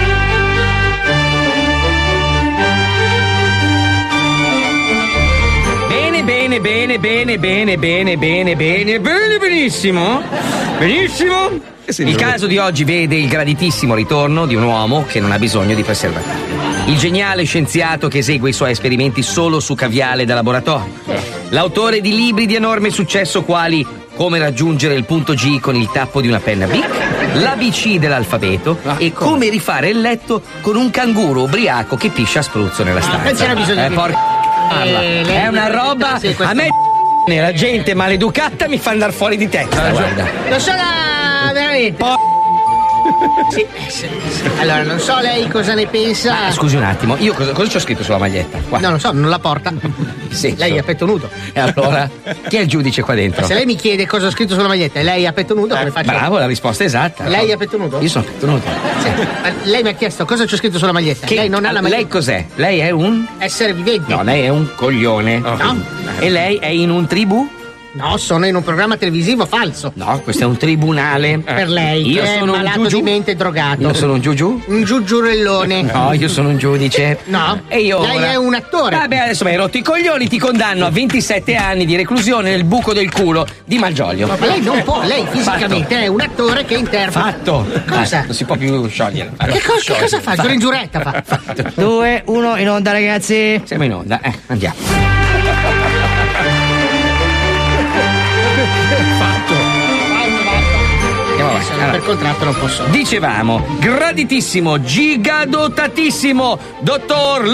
Bene, bene, bene, bene, bene, bene, bene, bene, bene, benissimo. Benissimo. Il caso di oggi vede il graditissimo ritorno di un uomo che non ha bisogno di preservativi. Il geniale scienziato che esegue i suoi esperimenti solo su caviale da laboratorio. L'autore di libri di enorme successo quali Come raggiungere il punto G con il tappo di una penna Bic, l'A B C dell'alfabeto e come rifare il letto con un canguro ubriaco che piscia a spruzzo nella stanza. Ah, c'era bisogno eh, di- porca Eh, lei- è una roba. sì, questo- A me la gente maleducata mi fa andare fuori di testa, guarda. Non so la... veramente. Sì, eh, sì, sì. Allora, non so lei cosa ne pensa. Ah, scusi un attimo, io cosa, cosa c'ho scritto sulla maglietta? Qua. No, non so, non la porta. Sì, Lei so. è a petto nudo. E allora? Chi è il giudice qua dentro? Se lei mi chiede cosa ho scritto sulla maglietta e lei è a petto nudo, come faccio? Bravo, la risposta è esatta. Lei è a petto nudo? Io sono a petto nudo. Sì, ma lei mi ha chiesto cosa c'è scritto sulla maglietta. Che- lei non ha la maglietta. Lei cos'è? Lei è un essere vivente. No, lei è un coglione. No. E lei è in un tribù? No, sono in un programma televisivo falso. No, questo è un tribunale. Per lei, Io che sono è un malato giugiù. di mente drogato. Io sono un giugiù? Un giugiurellone. No, io sono un giudice. No, E io lei ora- è un attore. Vabbè, adesso mi hai rotto i coglioni, ti condanno a ventisette anni di reclusione nel buco del culo di Malgioglio. Ma lei non può, lei fisicamente è un attore che interpreta. Fatto. Cosa? Eh, non si può più sciogliere. Che, co- che cosa fa? Giuro in giuretta fa. Due, uno, in onda, ragazzi. Siamo in onda, eh, andiamo. Andiamo avanti. Sono per contratto, non posso. Dicevamo, graditissimo, gigadotatissimo, dottor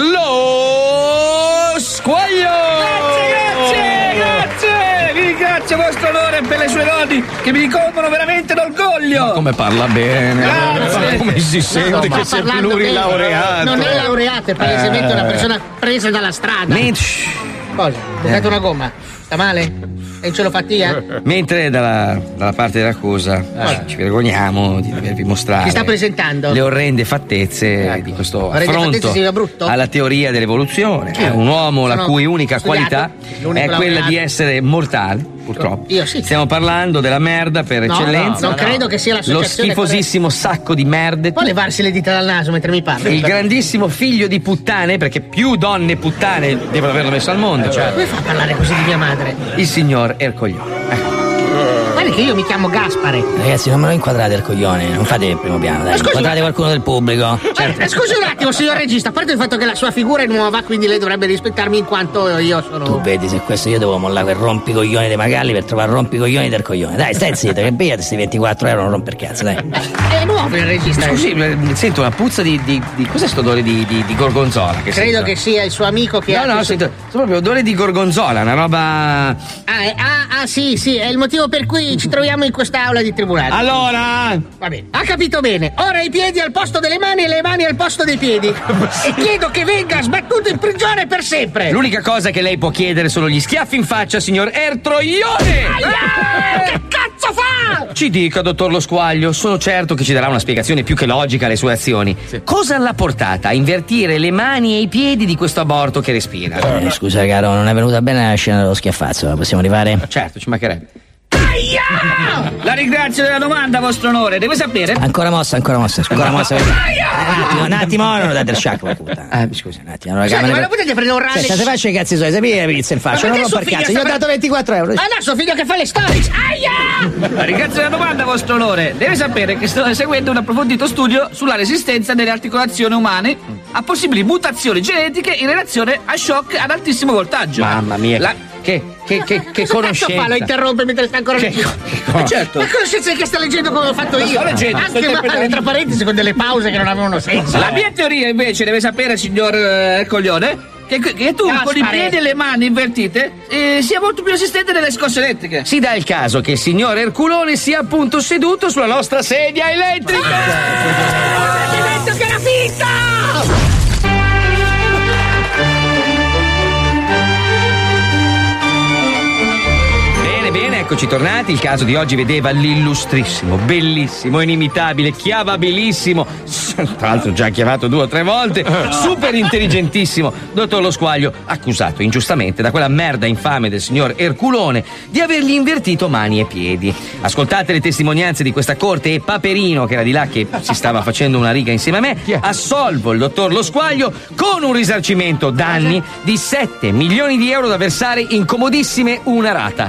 Lo Squaglio! Grazie, grazie! Vi ringrazio, vostro onore, per le sue lodi che mi ricolmono veramente d'orgoglio! Come parla bene, Grazie. come si sente No, che sta sei parlando plurilaureato. bene. Non è laureato, è palesemente Eh. una persona presa dalla strada. Cosa? Ti hai dato una gomma? Sta male? E in celofatia? Mentre dalla, dalla parte dell'accusa eh, ci vergogniamo di avervi mostrato Ti sta presentando? le orrende fattezze di questo Orrende fattezze affronto significa brutto? alla teoria dell'evoluzione. Chi? È un uomo la Sono cui unica studiato? qualità L'unico è quella laureato? di essere mortale, purtroppo. Io sì. Stiamo parlando della merda per No, eccellenza. no, non credo che sia Lo l'associazione schifosissimo sacco di merde. Può levarsi le dita dal naso mentre mi parla? Il grandissimo figlio di puttane, perché più donne puttane devono averlo messo al mondo. Cioè, Come fa a parlare così di mia madre? il signor Ercoglione. Guardi che io mi chiamo Gaspare. Ragazzi, non me lo inquadrate il coglione, non fate il primo piano, dai. Ma scusi, Inquadrate ma- qualcuno del pubblico. Eh, scusi un attimo, signor regista, a parte il fatto che la sua figura è nuova, quindi lei dovrebbe rispettarmi in quanto io sono. Tu vedi se questo io devo mollare quel rompicoglioni dei Magalli per trovare il rompicoglioni del coglione. Dai, stai zitto, che pigliate questi ventiquattro euro, non romper cazzo, dai. È nuovo il regista. Scusi, eh, sento una puzza di. di, di cos'è sto odore di, di, di gorgonzola? Che Credo sento? che sia il suo amico che No, ha. no, questo- sento, sento proprio odore di gorgonzola, una roba. Ah, eh, ah, ah, sì, sì, è il motivo per cui ci troviamo in quest'aula di tribunale. Allora! Va bene, ha capito bene. Ora i piedi al posto delle mani e le mani al posto dei piedi. E chiedo che venga sbattuto in prigione per sempre. L'unica cosa che lei può chiedere sono gli schiaffi in faccia, signor Ertroione! Aia! Che cazzo fa? Ci dica, dottor Lo Squaglio, sono certo che ci darà una spiegazione più che logica alle sue azioni. Cosa l'ha portata a invertire le mani e i piedi di questo aborto che respira? Eh, scusa caro, non è venuta bene la scena dello schiaffazzo, la possiamo arrivare? Certo, ci mancherebbe. La ringrazio della domanda, vostro onore. Deve sapere. Ancora mossa, ancora mossa, ancora mossa. Un attimo, un attimo, non date il shock, porca puttana. Ah, scusa un attimo. Allora, Senti, camera- ma non potete prendere un rame? Senta, se faccio i cazzi suoi, sapete che pizza il faccio, Ma non perché rompo il suo cazzo, figlio gli ho sta- dato ventiquattro euro. Ma no, suo figlio che fa le stories. Aia! La ringrazio della domanda, vostro onore. Deve sapere che sto eseguendo un approfondito studio sulla resistenza delle articolazioni umane a possibili mutazioni genetiche in relazione a shock ad altissimo voltaggio. Mamma mia. La- Che, che, che, che Cosa conoscenza. cazzo fa? Lo interrompe mentre sta ancora Che- leggendo. che- certo. La conoscenza che sta leggendo come l'ho fatto Lo io. sto leggendo, sto Anche male, interpretando. tra parentesi, con delle pause che non avevano senso. La mia teoria invece deve sapere, signor eh, Coglione, che, che tu Gaspare. con i piedi e le mani invertite eh, sia molto più resistente delle scosse elettriche. Si dà il caso che il signor Erculone sia appunto seduto sulla nostra sedia elettrica. Mi hai detto che era finta! Bene, bene, eccoci tornati. Il caso di oggi vedeva l'illustrissimo, bellissimo, inimitabile, chiavabilissimo, tra l'altro già chiavato due o tre volte, super intelligentissimo dottor Lo Squaglio, accusato ingiustamente da quella merda infame del signor Erculone di avergli invertito mani e piedi. Ascoltate le testimonianze di questa corte e Paperino, che era di là che si stava facendo una riga insieme a me, assolvo il dottor Lo Squaglio con un risarcimento danni di sette milioni di euro da versare in comodissime una rata.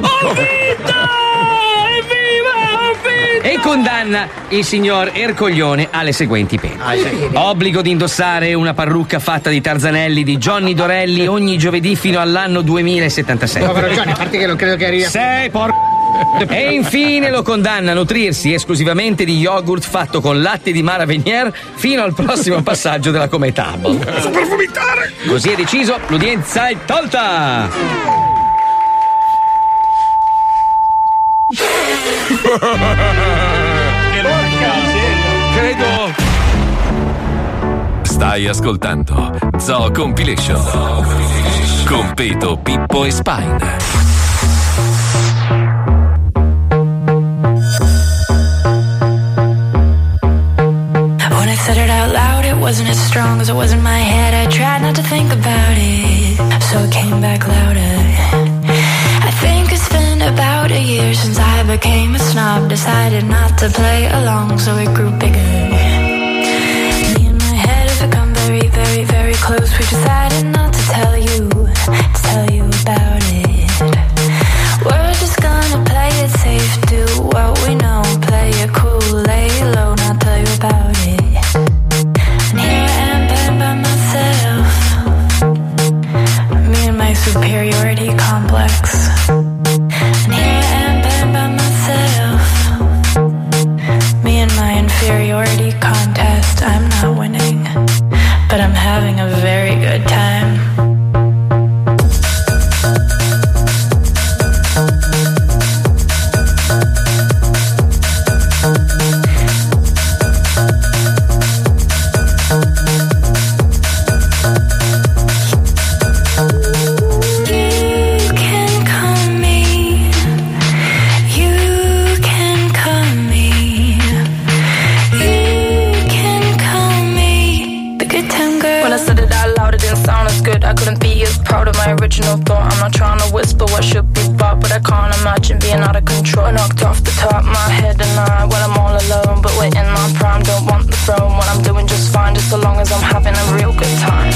E condanna il signor Ercoglione alle seguenti pene. Obbligo di indossare una parrucca fatta di tarzanelli di Johnny Dorelli ogni giovedì fino all'anno duemilasettantasei. Povero Johnny, a parte che non credo che arrivi a. Sei por... E infine lo condanna a nutrirsi esclusivamente di yogurt fatto con latte di Mara Venier fino al prossimo passaggio della Cometable. Sto per vomitare! Così è deciso, l'udienza è tolta! Credo. Stai ascoltando Zoo Compilation. Con Peto, Pippo e Spine. When I said it out loud, it wasn't as strong as it was in my head. I tried not to think about it, so it came back louder. I think I spent about about a year since I became a snob. Decided not to play along, so it grew bigger. Me and my head have become very, very, very close. We decided not to tell you, to tell you about it. We're just gonna play it safe, do what we know. Play it cool, lay low, not tell you about it. And here I am been by myself. Me and my superiority complex. And here I am been by myself. Me and my inferiority contest. I'm not winning, but I'm having a very good time. I couldn't be as proud of my original thought. I'm not trying to whisper what should be bought, but I can't imagine being out of control. Knocked off the top, my head and I, when I'm all alone. But we're in my prime, don't want the throne. When I'm doing just fine, just so long as I'm having a real good time.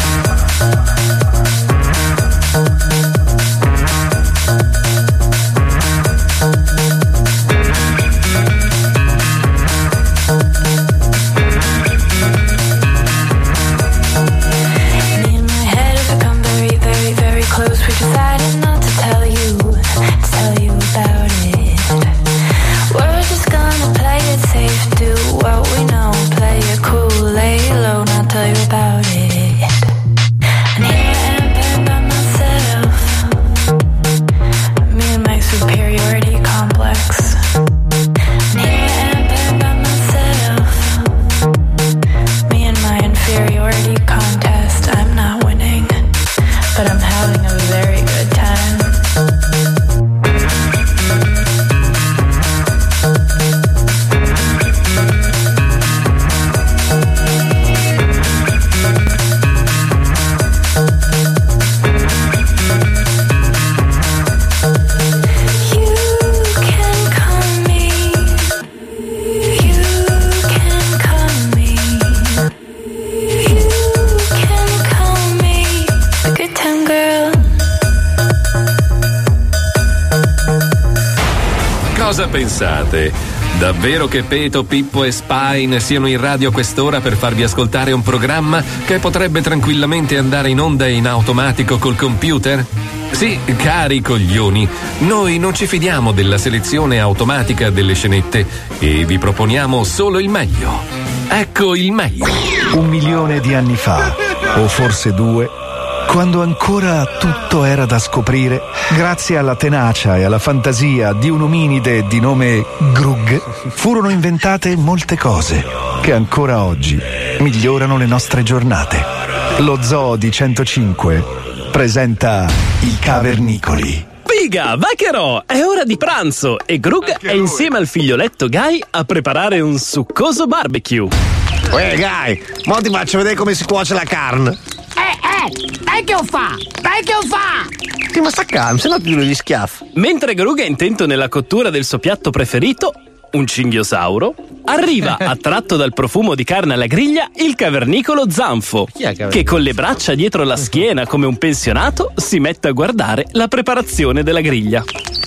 Cosa pensate? Davvero che Peto, Pippo e Spine siano in radio a quest'ora per farvi ascoltare un programma che potrebbe tranquillamente andare in onda in automatico col computer? Sì, cari coglioni, noi non ci fidiamo della selezione automatica delle scenette e vi proponiamo solo il meglio. Ecco il meglio. Un milione di anni fa, o forse due, quando ancora tutto era da scoprire, grazie alla tenacia e alla fantasia di un ominide di nome Grug, furono inventate molte cose che ancora oggi migliorano le nostre giornate. Lo Zoo di centocinque presenta i Cavernicoli. Figa, vaccherò! È ora di pranzo e Grug è insieme al figlioletto Guy a preparare un succoso barbecue. Uè, Guy, mo ti faccio vedere come si cuoce la carne. Eh, dai che lo fa! Dai che lo fa! Sì, ma sta calmo, se no ti do gli schiaffi. Mentre Grug è intento nella cottura del suo piatto preferito, un cinghiossauro, arriva, attratto dal profumo di carne alla griglia, il cavernicolo Zanfo, che con le braccia dietro la schiena come un pensionato si mette a guardare la preparazione della griglia.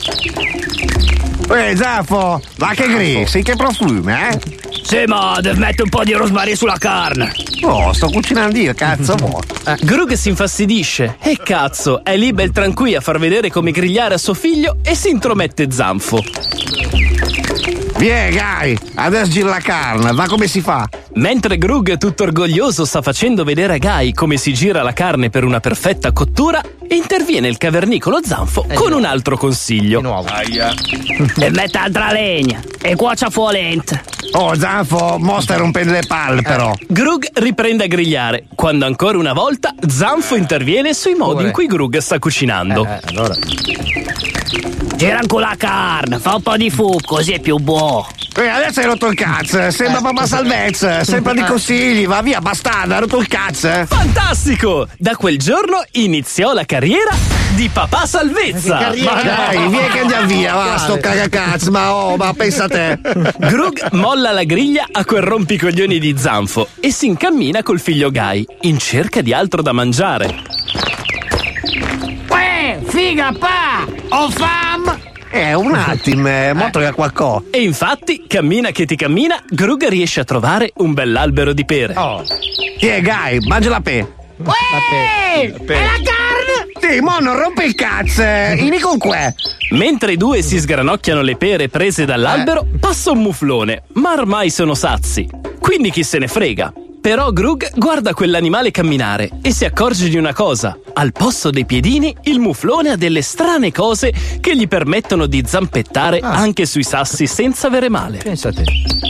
Uè, Zanfo, ma che grisi, che profumi, eh? Sì, ma devi mettere un po' di rosmarino sulla carne. Oh, sto cucinando io, cazzo. Eh. Grug si infastidisce. E cazzo, è lì Beltran qui a far vedere come grigliare a suo figlio e si intromette Zanfo. Vieni, Guy, adesso gira la carne, va come si fa? Mentre Grug, tutto orgoglioso, sta facendo vedere a Guy come si gira la carne per una perfetta cottura, interviene il cavernicolo Zanfo con un altro consiglio. Aia. E metta altra legna e cuocia fuori lenta. Oh, Zanfo, mo stai rompendo le palle, però. Grug riprende a grigliare, quando ancora una volta Zanfo interviene sui modi in cui Grug sta cucinando. Eh, allora. gira ancora la carne, fa un po' di fu, così è più buono. Eh, adesso hai rotto il cazzo, sembra papà Salvezza, sempre di consigli, va via, bastardo, hai rotto il cazzo. Fantastico! Da quel giorno iniziò la carriera di papà Salvezza. Ma dai, vieni che andiamo via, va, sto cagacazzo, ma oh, ma pensa a te. Grug molla la griglia a quel rompicoglioni di Zanfo e si incammina col figlio Guy in cerca di altro da mangiare. Uè, figa pa! Ho fam! Eh, un attimo, eh, mo trovi qualcosa. E infatti, cammina che ti cammina, Grug riesce a trovare un bell'albero di pere. Oh. Chi è, Guy? Mangia la pe. Uè! È la carne! Sì, mo non rompe il cazzo, vieni con qua. Mentre i due si sgranocchiano le pere prese dall'albero, eh. passa un muflone, ma ormai sono sazi. Quindi chi se ne frega. Però Grug guarda quell'animale camminare e si accorge di una cosa. Al posto dei piedini, il muflone ha delle strane cose che gli permettono di zampettare ah. anche sui sassi senza avere male. Pensa a te.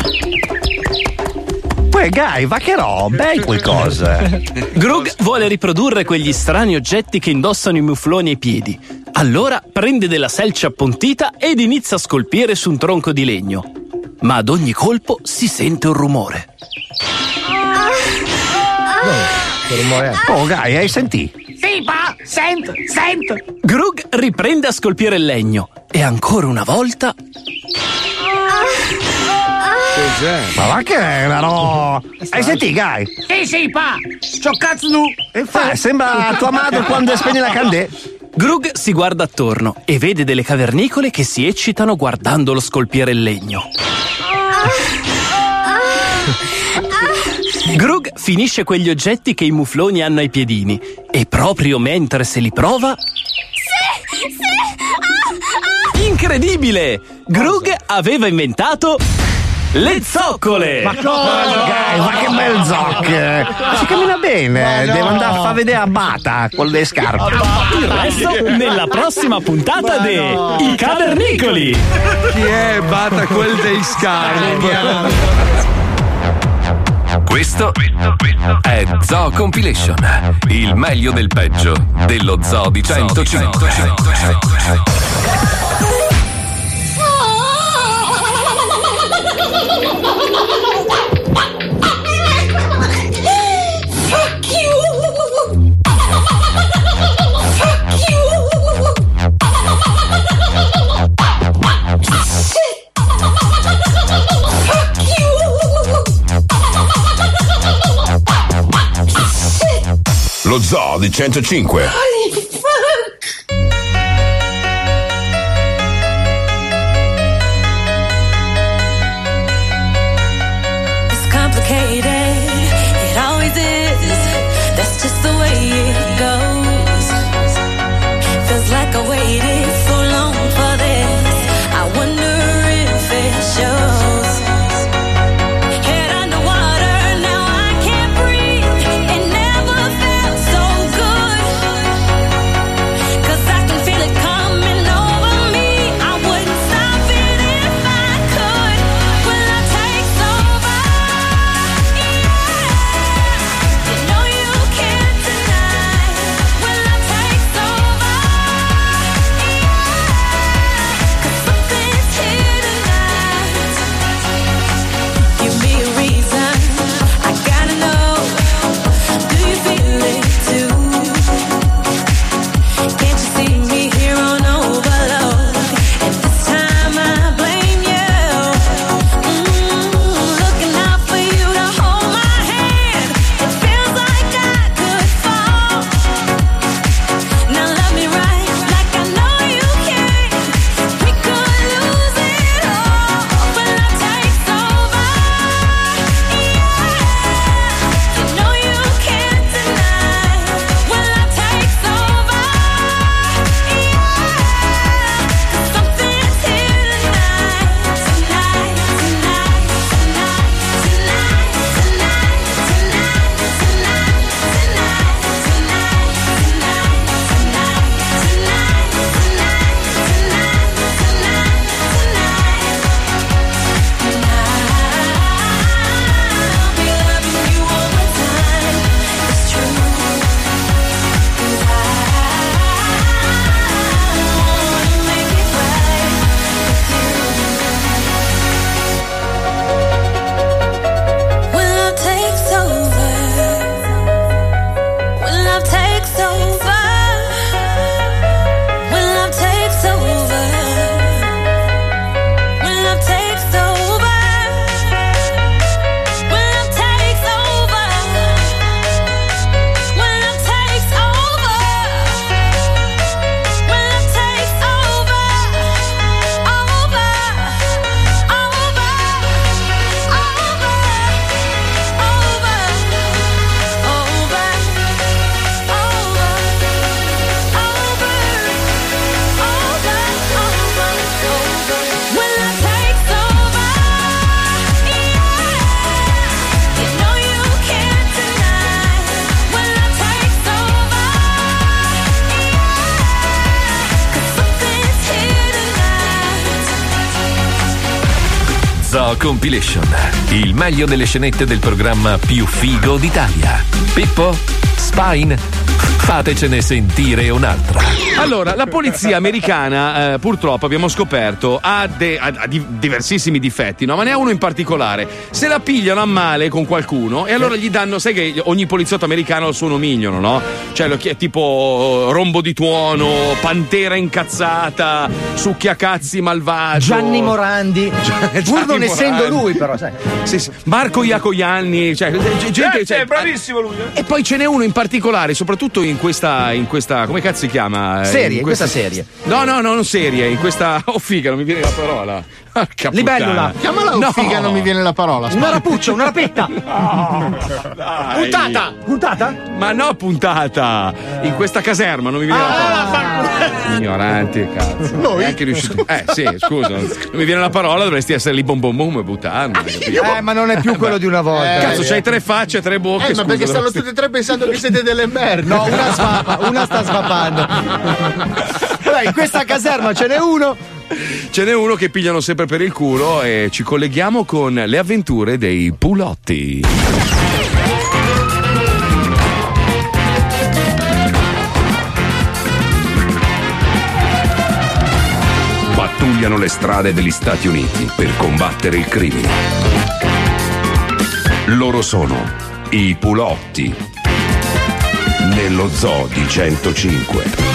Poi, Guy, va che roba, è qualcosa. Grug vuole riprodurre quegli strani oggetti che indossano i mufloni ai piedi. Allora prende della selce appuntita ed inizia a scolpire su un tronco di legno. Ma ad ogni colpo si sente un rumore. Che rumore è? Oh, Guy, hai sentito? Sì, pa, sento, sento. Grug riprende a scolpire il legno e ancora una volta... Cos'è? Ma va che è una roba? Hai sentito, Guy? Sì, sì, pa, c'ho cazzo tu. E fa, sembra tua madre quando spegne la candela. Grug si guarda attorno e vede delle cavernicole che si eccitano guardandolo scolpire il legno. Grug finisce quegli oggetti che i mufloni hanno ai piedini e proprio mentre se li prova... Sì, sì! Ah, ah. Incredibile! Grug aveva inventato... le zoccole! Ma cosa? Guy, ma che bel zoc! Si cammina bene, no, devo andare a far vedere a Bata con le scarpe. Il resto nella prossima puntata di no. I Cavernicoli! Chi è Bata quel dei scarpe? Questo è Zoo Compilation, il meglio del peggio dello Zoo di centocinque. Fuck you! Fuck you! Lo Zoo di centocinque. Holy fuck! It's complicated, it always is. That's just the way it goes. Feels like I waited so long for this. I wonder if it shows. Will I take Pippo Compilation. Il meglio delle scenette del programma più figo d'Italia. Pippo? Spine? Fatecene sentire un'altra. Allora, la polizia americana, eh, purtroppo abbiamo scoperto, ha, de- ha, ha di- diversissimi difetti, no? Ma ne ha uno in particolare. Se la pigliano a male con qualcuno e allora gli danno, sai che ogni poliziotto americano ha il suo nomignolo, no? Cioè, lo chiede tipo rombo di tuono, pantera incazzata, succhiacazzi malvagio. Gianni Morandi. Gian- Pur non Gianni essendo Morandi. lui, però, sai. Sì, sì. Marco Iacoianni, cioè, gente, cioè, è bravissimo lui. Eh. E poi ce n'è uno in particolare, soprattutto in questa, in questa, come cazzo si chiama? Serie, in questa serie. No, no, no, non serie, in questa. Oh, figa, non mi viene la parola. Porca Libellula. puttana. Chiamala No. oh, figa, non mi viene la parola. Una rapuccia, una rapetta. Dai. Puntata. Puntata? Ma no, puntata. In questa caserma, non mi viene la parola. Ignoranti, cazzo. Noi? Neanche riuscito. Eh, sì, scusa. Non mi viene la parola, dovresti essere lì bom bom bom e buttarmi. Eh, ma non è più quello di una volta. Cazzo, c'hai tre facce, tre bocche. Eh, ma scusa, perché stanno dovresti- tutti e tre pensando che siete delle merde. No, una svapa, una sta svapando. Dai, in questa caserma ce n'è uno. Ce n'è uno che pigliano sempre per il culo e ci colleghiamo con le avventure dei Pulotti. Pattugliano le strade degli Stati Uniti per combattere il crimine. Loro sono i Pulotti. Nello zoo di centocinque.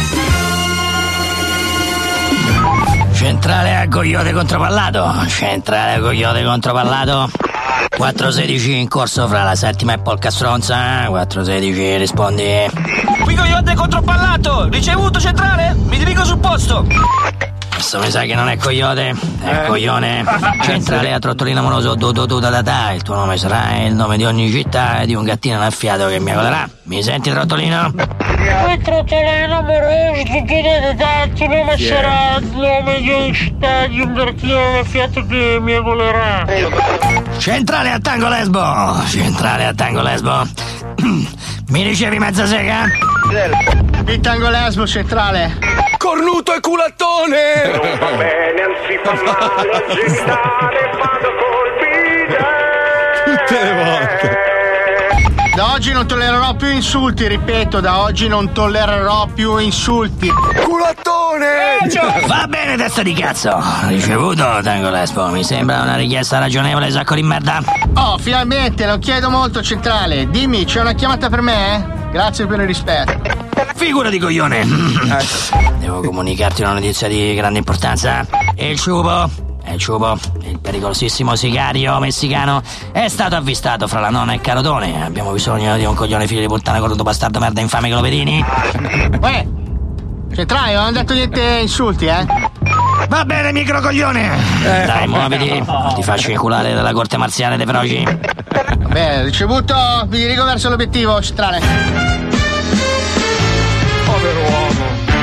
Centrale a Coyote contropallato. Centrale a Coyote contropallato. quattro sedici in corso fra la settima e Polca Stronza. quattro sedici rispondi. Qui Coyote contropallato. Ricevuto centrale. Mi dirigo sul posto. Questo mi sa che non è Coyote, è eh. Coglione. Centrale a Trottolino Amoroso, do do do da da da. Il tuo nome sarà il nome di ogni città e di un gattino annaffiato che mi accoderà. Mi senti, Trottolino? Il Trottolino Amoroso, do da da da. Il tuo nome Yeah. sarà il nome di ogni città, di un gattino annaffiato che mi accoderà. Centrale a Tango Lesbo. Centrale a Tango Lesbo. Mi ricevi mezza sega? Il Tango Lesbo centrale. Cornuto e culattone! Non va bene, anzi fa male, agitare, vado col Tutte le volte. Da oggi non tollererò più insulti, ripeto, da oggi non tollererò più insulti. Culattone! Va bene, testa di cazzo. Ricevuto, Tango Lesbo. Mi sembra una richiesta ragionevole, sacco di merda. Oh, finalmente, non chiedo molto centrale. Dimmi, c'è una chiamata per me? Grazie per il rispetto. Figura di coglione. Devo comunicarti una notizia di grande importanza. Il ciupo, il ciupo, il pericolosissimo sicario messicano, è stato avvistato fra la nonna e Carotone. Abbiamo bisogno di un coglione figlio di puttana corrotto bastardo merda infame che lo vedini. Uè, centrale, non ho detto niente insulti, eh? Va bene, microcoglione. Dai, muoviti. Ti faccio inculare dalla corte marziale dei feroci. Bene, ricevuto, mi dirigo verso l'obiettivo, centrale. Povero uomo.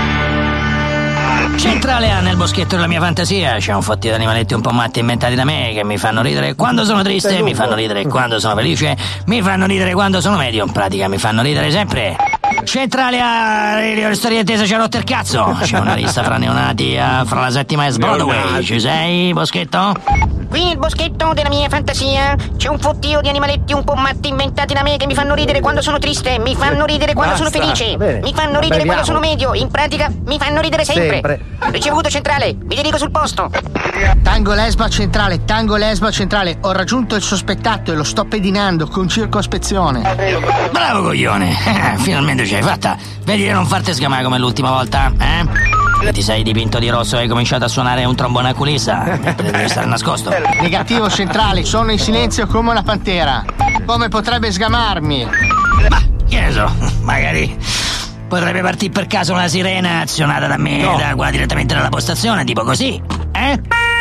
Centrale A, nel boschetto della mia fantasia c'è un fottio di animaletti un po' matti inventati da me che mi fanno ridere quando sono triste, mi fanno ridere quando sono felice, mi fanno ridere quando sono medio, in pratica mi fanno ridere sempre. Centrale A, le storie attese ci ha rotto il cazzo. C'è una lista fra neonati a, fra la settima e Broadway. Ci sei, boschetto? Qui nel boschetto della mia fantasia c'è un fottio di animaletti un po' matti inventati da me che mi fanno ridere quando sono triste, mi fanno ridere quando Basta, sono felice, va bene. mi fanno ridere Beviamo. quando sono medio, in pratica mi fanno ridere sempre. Sempre. Ricevuto centrale, mi dirigo sul posto. Tango Lesbo centrale, Tango Lesbo centrale. Ho raggiunto il sospettato e lo sto pedinando con circospezione. Bravo coglione, finalmente ce l'hai fatta. Vedi di non farti sgamare come l'ultima volta, eh? Ti sei dipinto di rosso e hai cominciato a suonare un trombone a culissa. Mentre devi stare nascosto. Negativo centrale, sono in silenzio come una pantera. Come potrebbe sgamarmi? Ma che ne so, magari potrebbe partire per caso una sirena azionata da me, No. da qua direttamente dalla postazione, tipo così, eh?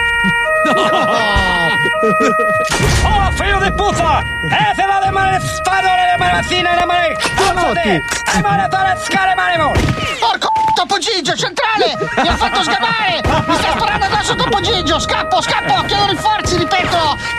Oh, figlio di puzza! Eh, se vado a male, sfado le malazzine, le male... Tutti! E male fare scale male, Porco Topo Gigio, centrale! Mi ha fatto sgamare! Mi sta sparando addosso Topo Gigio! Scappo, scappo! Chiedo rinforzi, ripeto! Chiedo rinforzi!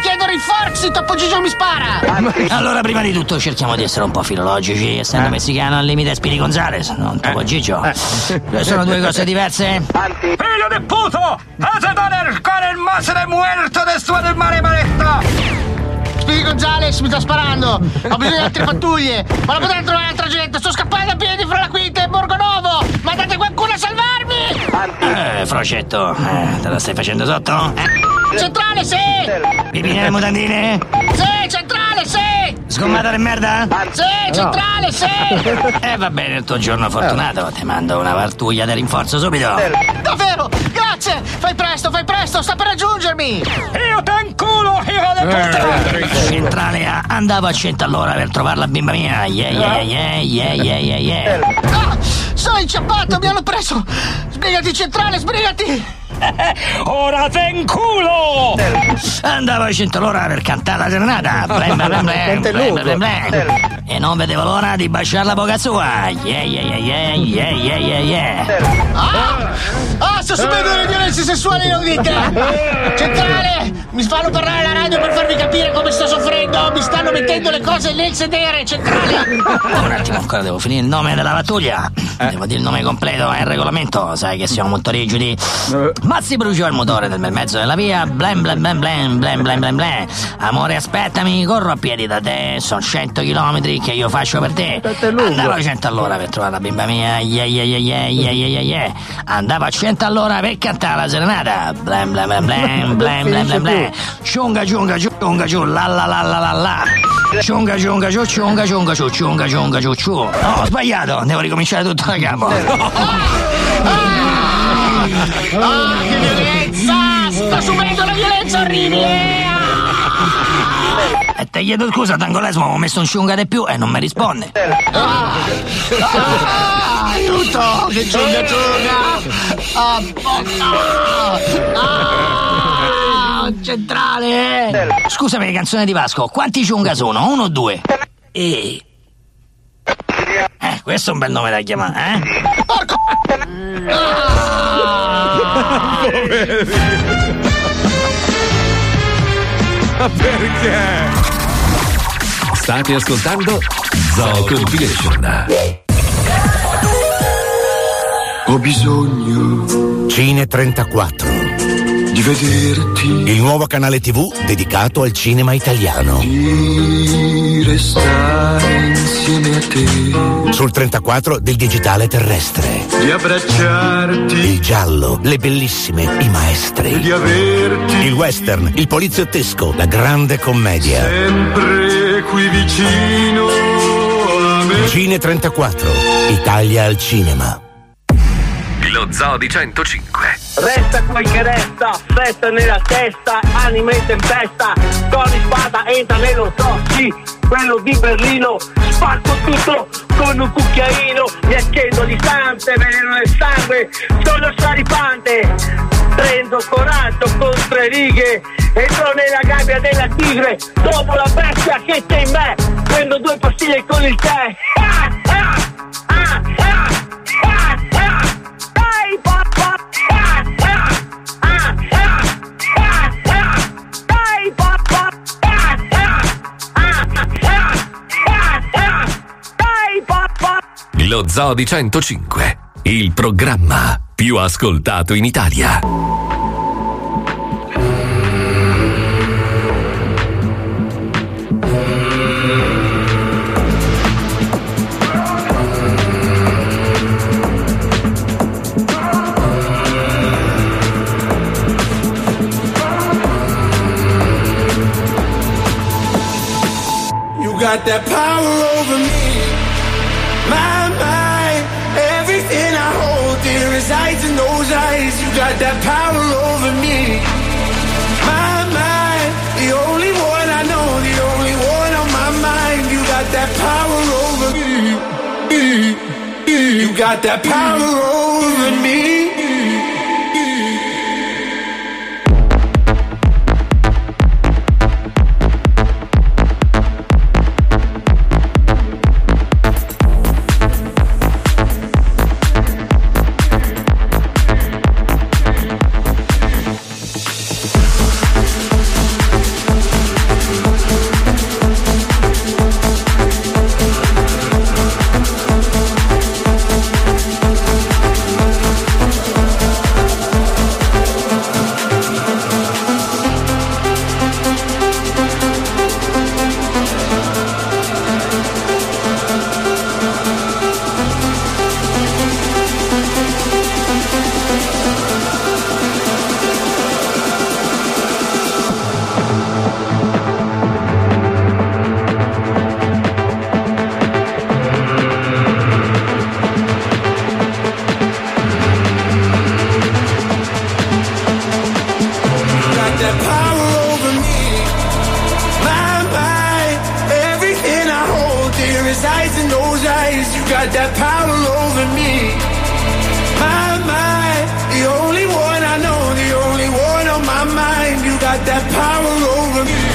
rinforzi, Topo Gigio mi spara! Allora, prima di tutto, cerchiamo di essere un po' filologici. Essendo Eh. messicano, al limite Speedy Gonzales, non Topo Gigio. Sono due cose diverse. Figlio di puto! Hace tener con el más de muerto de su del mare maletta! Speedy Gonzales mi sta sparando! Ho bisogno di altre pattuglie! Ma la potete trovare altra gente! Sto scappando a piedi fra la Quinta e Borgonovo! Mandate qualcuno a salvarmi! Eh, Frocetto, eh, te la stai facendo sotto? Eh? Centrale, sì! Pipì nelle mutandine? Sì, centrale, sì! Sgommata di merda? Sì, centrale, sì! Eh, va bene, il tuo giorno fortunato. Ti mando una pattuglia di rinforzo subito. Davvero! Grazie! Fai presto, fai presto! Sta per raggiungermi! Io t'inculo, hijo de puta! Centrale A, andavo a cento all'ora per trovare la bimba mia. Yeah, yeah, yeah, yeah, yeah, yeah, yeah. Ah! Sono inciampato, mi hanno preso! Sbrigati, centrale, sbrigati! Ora te inculo! Andavo a cento all'ora per cantare la serenata. Blem, blem, blem, blem, blem, blem. E non vedevo l'ora di baciare la bocca sua. Yeah, yeah, yeah, yeah, yeah, yeah, yeah, yeah. Ah! Ah, sto subendo delle violenze sessuali inaudite! Centrale! Mi fanno parlare alla radio per farvi capire come sto soffrendo! Mi stanno mettendo le cose nel sedere, centrale! Un attimo, ancora devo finire il nome della pattuglia. Devo dire il nome completo, è il regolamento. Sai che siamo molto rigidi. Mazzi bruciò il motore nel bel mezzo della via. Blem, blem, blem, blem, blem, blem, blem, blem. Amore, aspettami, corro a piedi da te. Sono cento chilometri che io faccio per te. Andavo a cento all'ora per trovare la bimba mia. Yeah, yeah, yeah, yeah, yeah, yeah, yeah, yeah. Andavo a cento all'ora per cantare la serenata. Blem, blem, blem, blem, blem, blem, blem, blem. Ciunga, ciunga, ciunga, ciu, la la la la la la. Ciunga, ciunga, ciu, ciunga, ciunga, ciu, ciunga, ciunga, ciu, ciu. No, ho sbagliato, devo ricominciare tutto da capo. Ah, che violenza! Sto subendo una violenza orribile! E te chiedo scusa, Tangolesmo, ho messo un ciunga di più e non mi risponde. Ah, ah, aiuto! Che ciunga ciunga! Ah, bocca! Ah, centrale! Scusami, canzone di Vasco, quanti ciunga sono? Uno o due? E... Eh, questo è un bel nome da chiamare, eh? Porco! Ma perché? State ascoltando Zoo Compilation. Ho bisogno Cine trentaquattro di vederti, il nuovo canale tivù dedicato al cinema italiano. di restare insieme a te, Sul trentaquattro del digitale terrestre. di abbracciarti, Il giallo, le bellissime, i maestri. di averti Il western, il poliziottesco, la grande commedia. sempre qui vicino a me. Cine trentaquattro, Italia al cinema. Lo Zoo di centocinque. Resta quel che resta, festa nella testa, anima in tempesta, Tony Spada entra nello zoo, sì, quello di Berlino, spacco tutto con un cucchiaino, mi accendo l'istante, veleno nel sangue, sono saripante, prendo coraggio con tre righe, entro nella gabbia della tigre, dopo la bestia che c'è in me, prendo due pastiglie con il tè, ah, ah, ah, ah, ah, ah, dai papà, ah, ah, ah, ah, ah, ah, dai papà, ah, ah, ah, ah, ah, ah, dai papà. Lo Zoo di centocinque, il programma più ascoltato in Italia. You got that power over me, my mind. Everything I hold dear resides in those eyes. You got that power over me, my mind. The only one I know, the only one on my mind. You got that power over me. You got that power over me. resides in those eyes. You got that power over me. My mind, the only one I know, the only one on my mind. You got that power over me.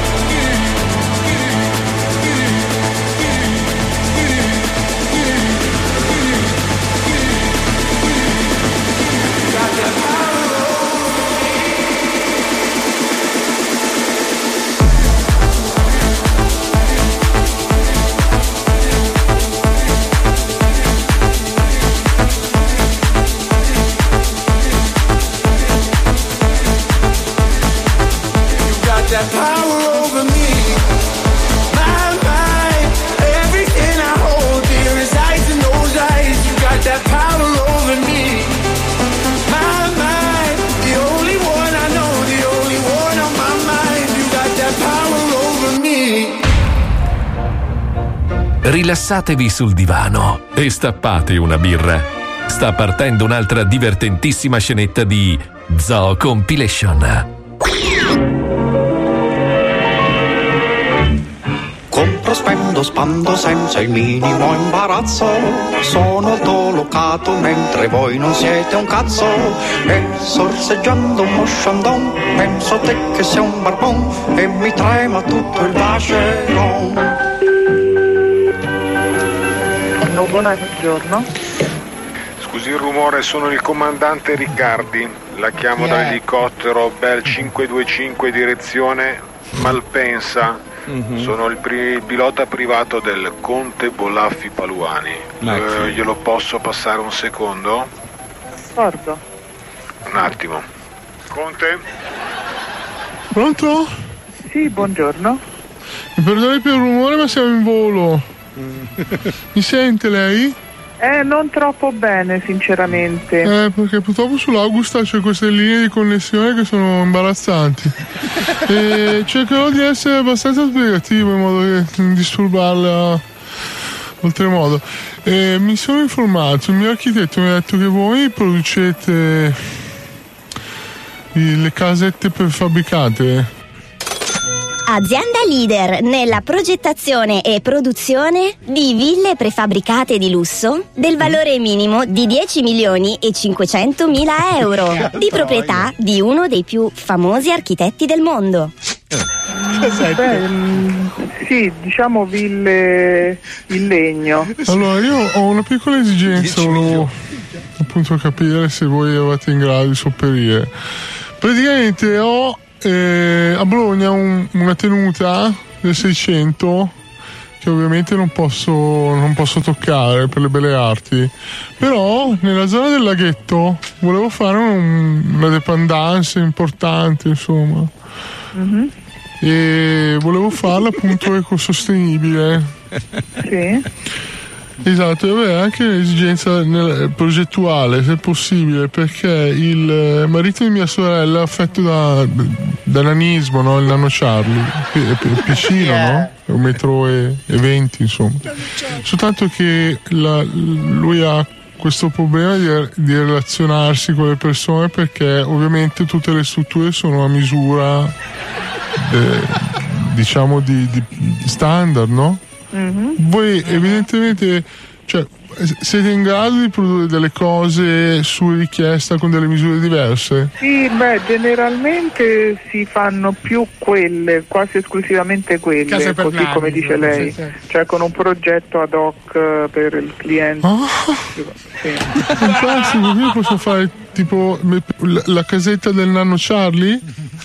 That power over me, my mind, everything I hold dear resides in those eyes. You got that power over me, my mind, the only one I know, the only one on my mind. You got that power over me. Rilassatevi sul divano e stappate una birra. Sta partendo un'altra divertentissima scenetta di Zoo Compilation. Compro, spendo, spando senza il minimo imbarazzo. Sono autolocato mentre voi non siete un cazzo. E sorseggiando uno sciandon penso a te che sei un barbon e mi trema tutto il vacheron. No, buongiorno. Scusi il rumore, sono il comandante Riccardi. La chiamo Yeah. dall'elicottero Bell cinquecentoventicinque direzione Malpensa. Mm-hmm. Sono il pri- pilota privato del Conte Bolaffi Paluani. Eh, glielo posso passare un secondo? D'accordo. Un attimo. Conte? Pronto? Sì, buongiorno. Mi perdoni per il rumore, ma siamo in volo. Mi sente lei? Eh, non troppo bene, sinceramente. Eh, perché purtroppo sull'Augusta c'è queste linee di connessione che sono imbarazzanti. E cercherò di essere abbastanza spiegativo in modo che non disturbarla oltremodo. E mi sono informato, il mio architetto mi ha detto che voi producete le casette prefabbricate. Azienda leader nella progettazione e produzione di ville prefabbricate di lusso del valore minimo di dieci milioni e cinquecentomila euro, di proprietà di uno dei più famosi architetti del mondo. Beh, mm, sì, diciamo ville in legno. Allora, io ho una piccola esigenza, volevo appunto capire se voi eravate in grado di sopperire. Praticamente ho eh, a Bologna un, una tenuta del seicento che ovviamente non posso, non posso toccare per le belle arti, però nella zona del laghetto volevo fare un, una dépendance importante, insomma. Mm-hmm. E volevo farla appunto ecosostenibile. Sì. Esatto, e avere anche un'esigenza nel, progettuale, se possibile, perché il marito di mia sorella è affetto da, da nanismo, no? Il nano Charlie, è, è piccino, no? È un metro e, e venti, insomma. Soltanto che la, lui ha questo problema di, di relazionarsi con le persone, perché ovviamente tutte le strutture sono a misura eh, diciamo di, di standard, no? Mm-hmm. Voi evidentemente, cioè, siete in grado di produrre delle cose su richiesta con delle misure diverse? Sì, beh, generalmente si fanno più quelle, quasi esclusivamente quelle, Case per così nani, come dice lei, sì, sì. cioè con un progetto ad hoc eh, per il cliente. Ah. Sì. Fantastico, io posso fare tipo la, la casetta del nano Charlie?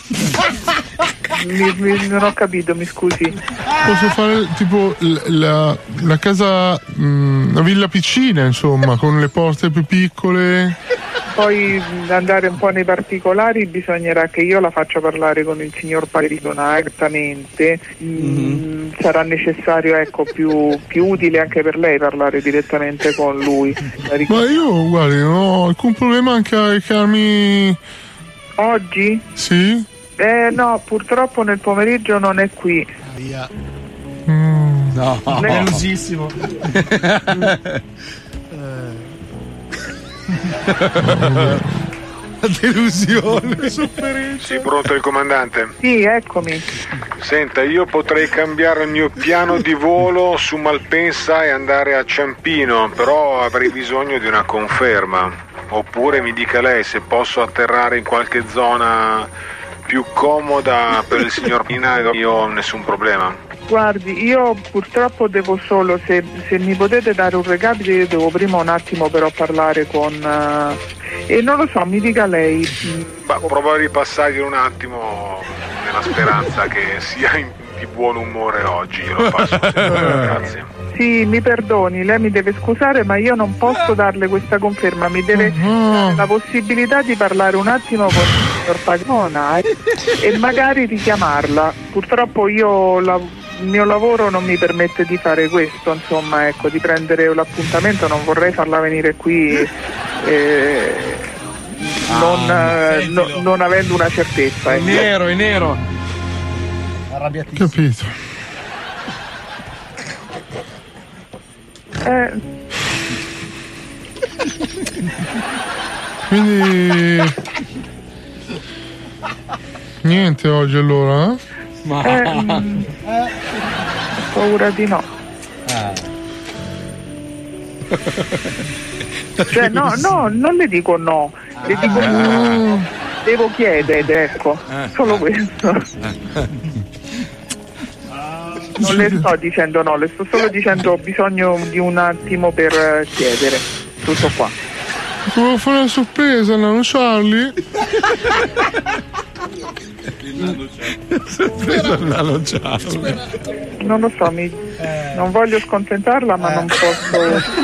Mi, mi, non ho capito, mi scusi. Posso fare tipo la, la casa, mh, la villa piccina, insomma, con le porte più piccole. Poi andare un po' nei particolari bisognerà che io la faccia parlare con il signor Palerino direttamente. Mm, sarà necessario, ecco, più, più utile anche per lei parlare direttamente con lui. Ma io, guardi, non ho alcun problema anche a recarmi. Oggi? Sì. Eh no, purtroppo nel pomeriggio non è qui. Mm. No, Lei- delusissimo. delusione. Sì, pronto il comandante? Sì, eccomi. Senta, io potrei cambiare il mio piano di volo su Malpensa e andare a Ciampino, però avrei bisogno di una conferma. Oppure mi dica lei se posso atterrare in qualche zona più comoda per il signor Pina, io ho nessun problema. Guardi, io purtroppo devo solo, se, se mi potete dare un recapito, io devo prima un attimo però parlare con... Uh, e non lo so, mi dica lei. Ma provo a ripassargli un attimo nella speranza che sia in, di buon umore oggi, io lo passo, grazie. Sì, mi perdoni, lei mi deve scusare, ma io non posso darle questa conferma, mi deve dare la possibilità di parlare un attimo con il signor Pagona eh, e magari richiamarla. Purtroppo io la, il mio lavoro non mi permette di fare questo, insomma, ecco, di prendere l'appuntamento, non vorrei farla venire qui eh, non, eh, no, non avendo una certezza. È ecco. nero, è nero. Arrabbiatissimo. Capito. Eh. Quindi niente oggi allora? Eh? Ma eh, mm, paura di no. Ah. Cioè no, no, non le dico no, le dico no. Devo chiedere, ecco, solo questo. Non le sto dicendo no, le sto solo dicendo ho bisogno di un attimo per chiedere. Tutto qua. Volevo fare una sorpresa, nano Charlie. Sorpresa al nano Charlie. Non lo so, mi... non voglio scontentarla, ma non posso.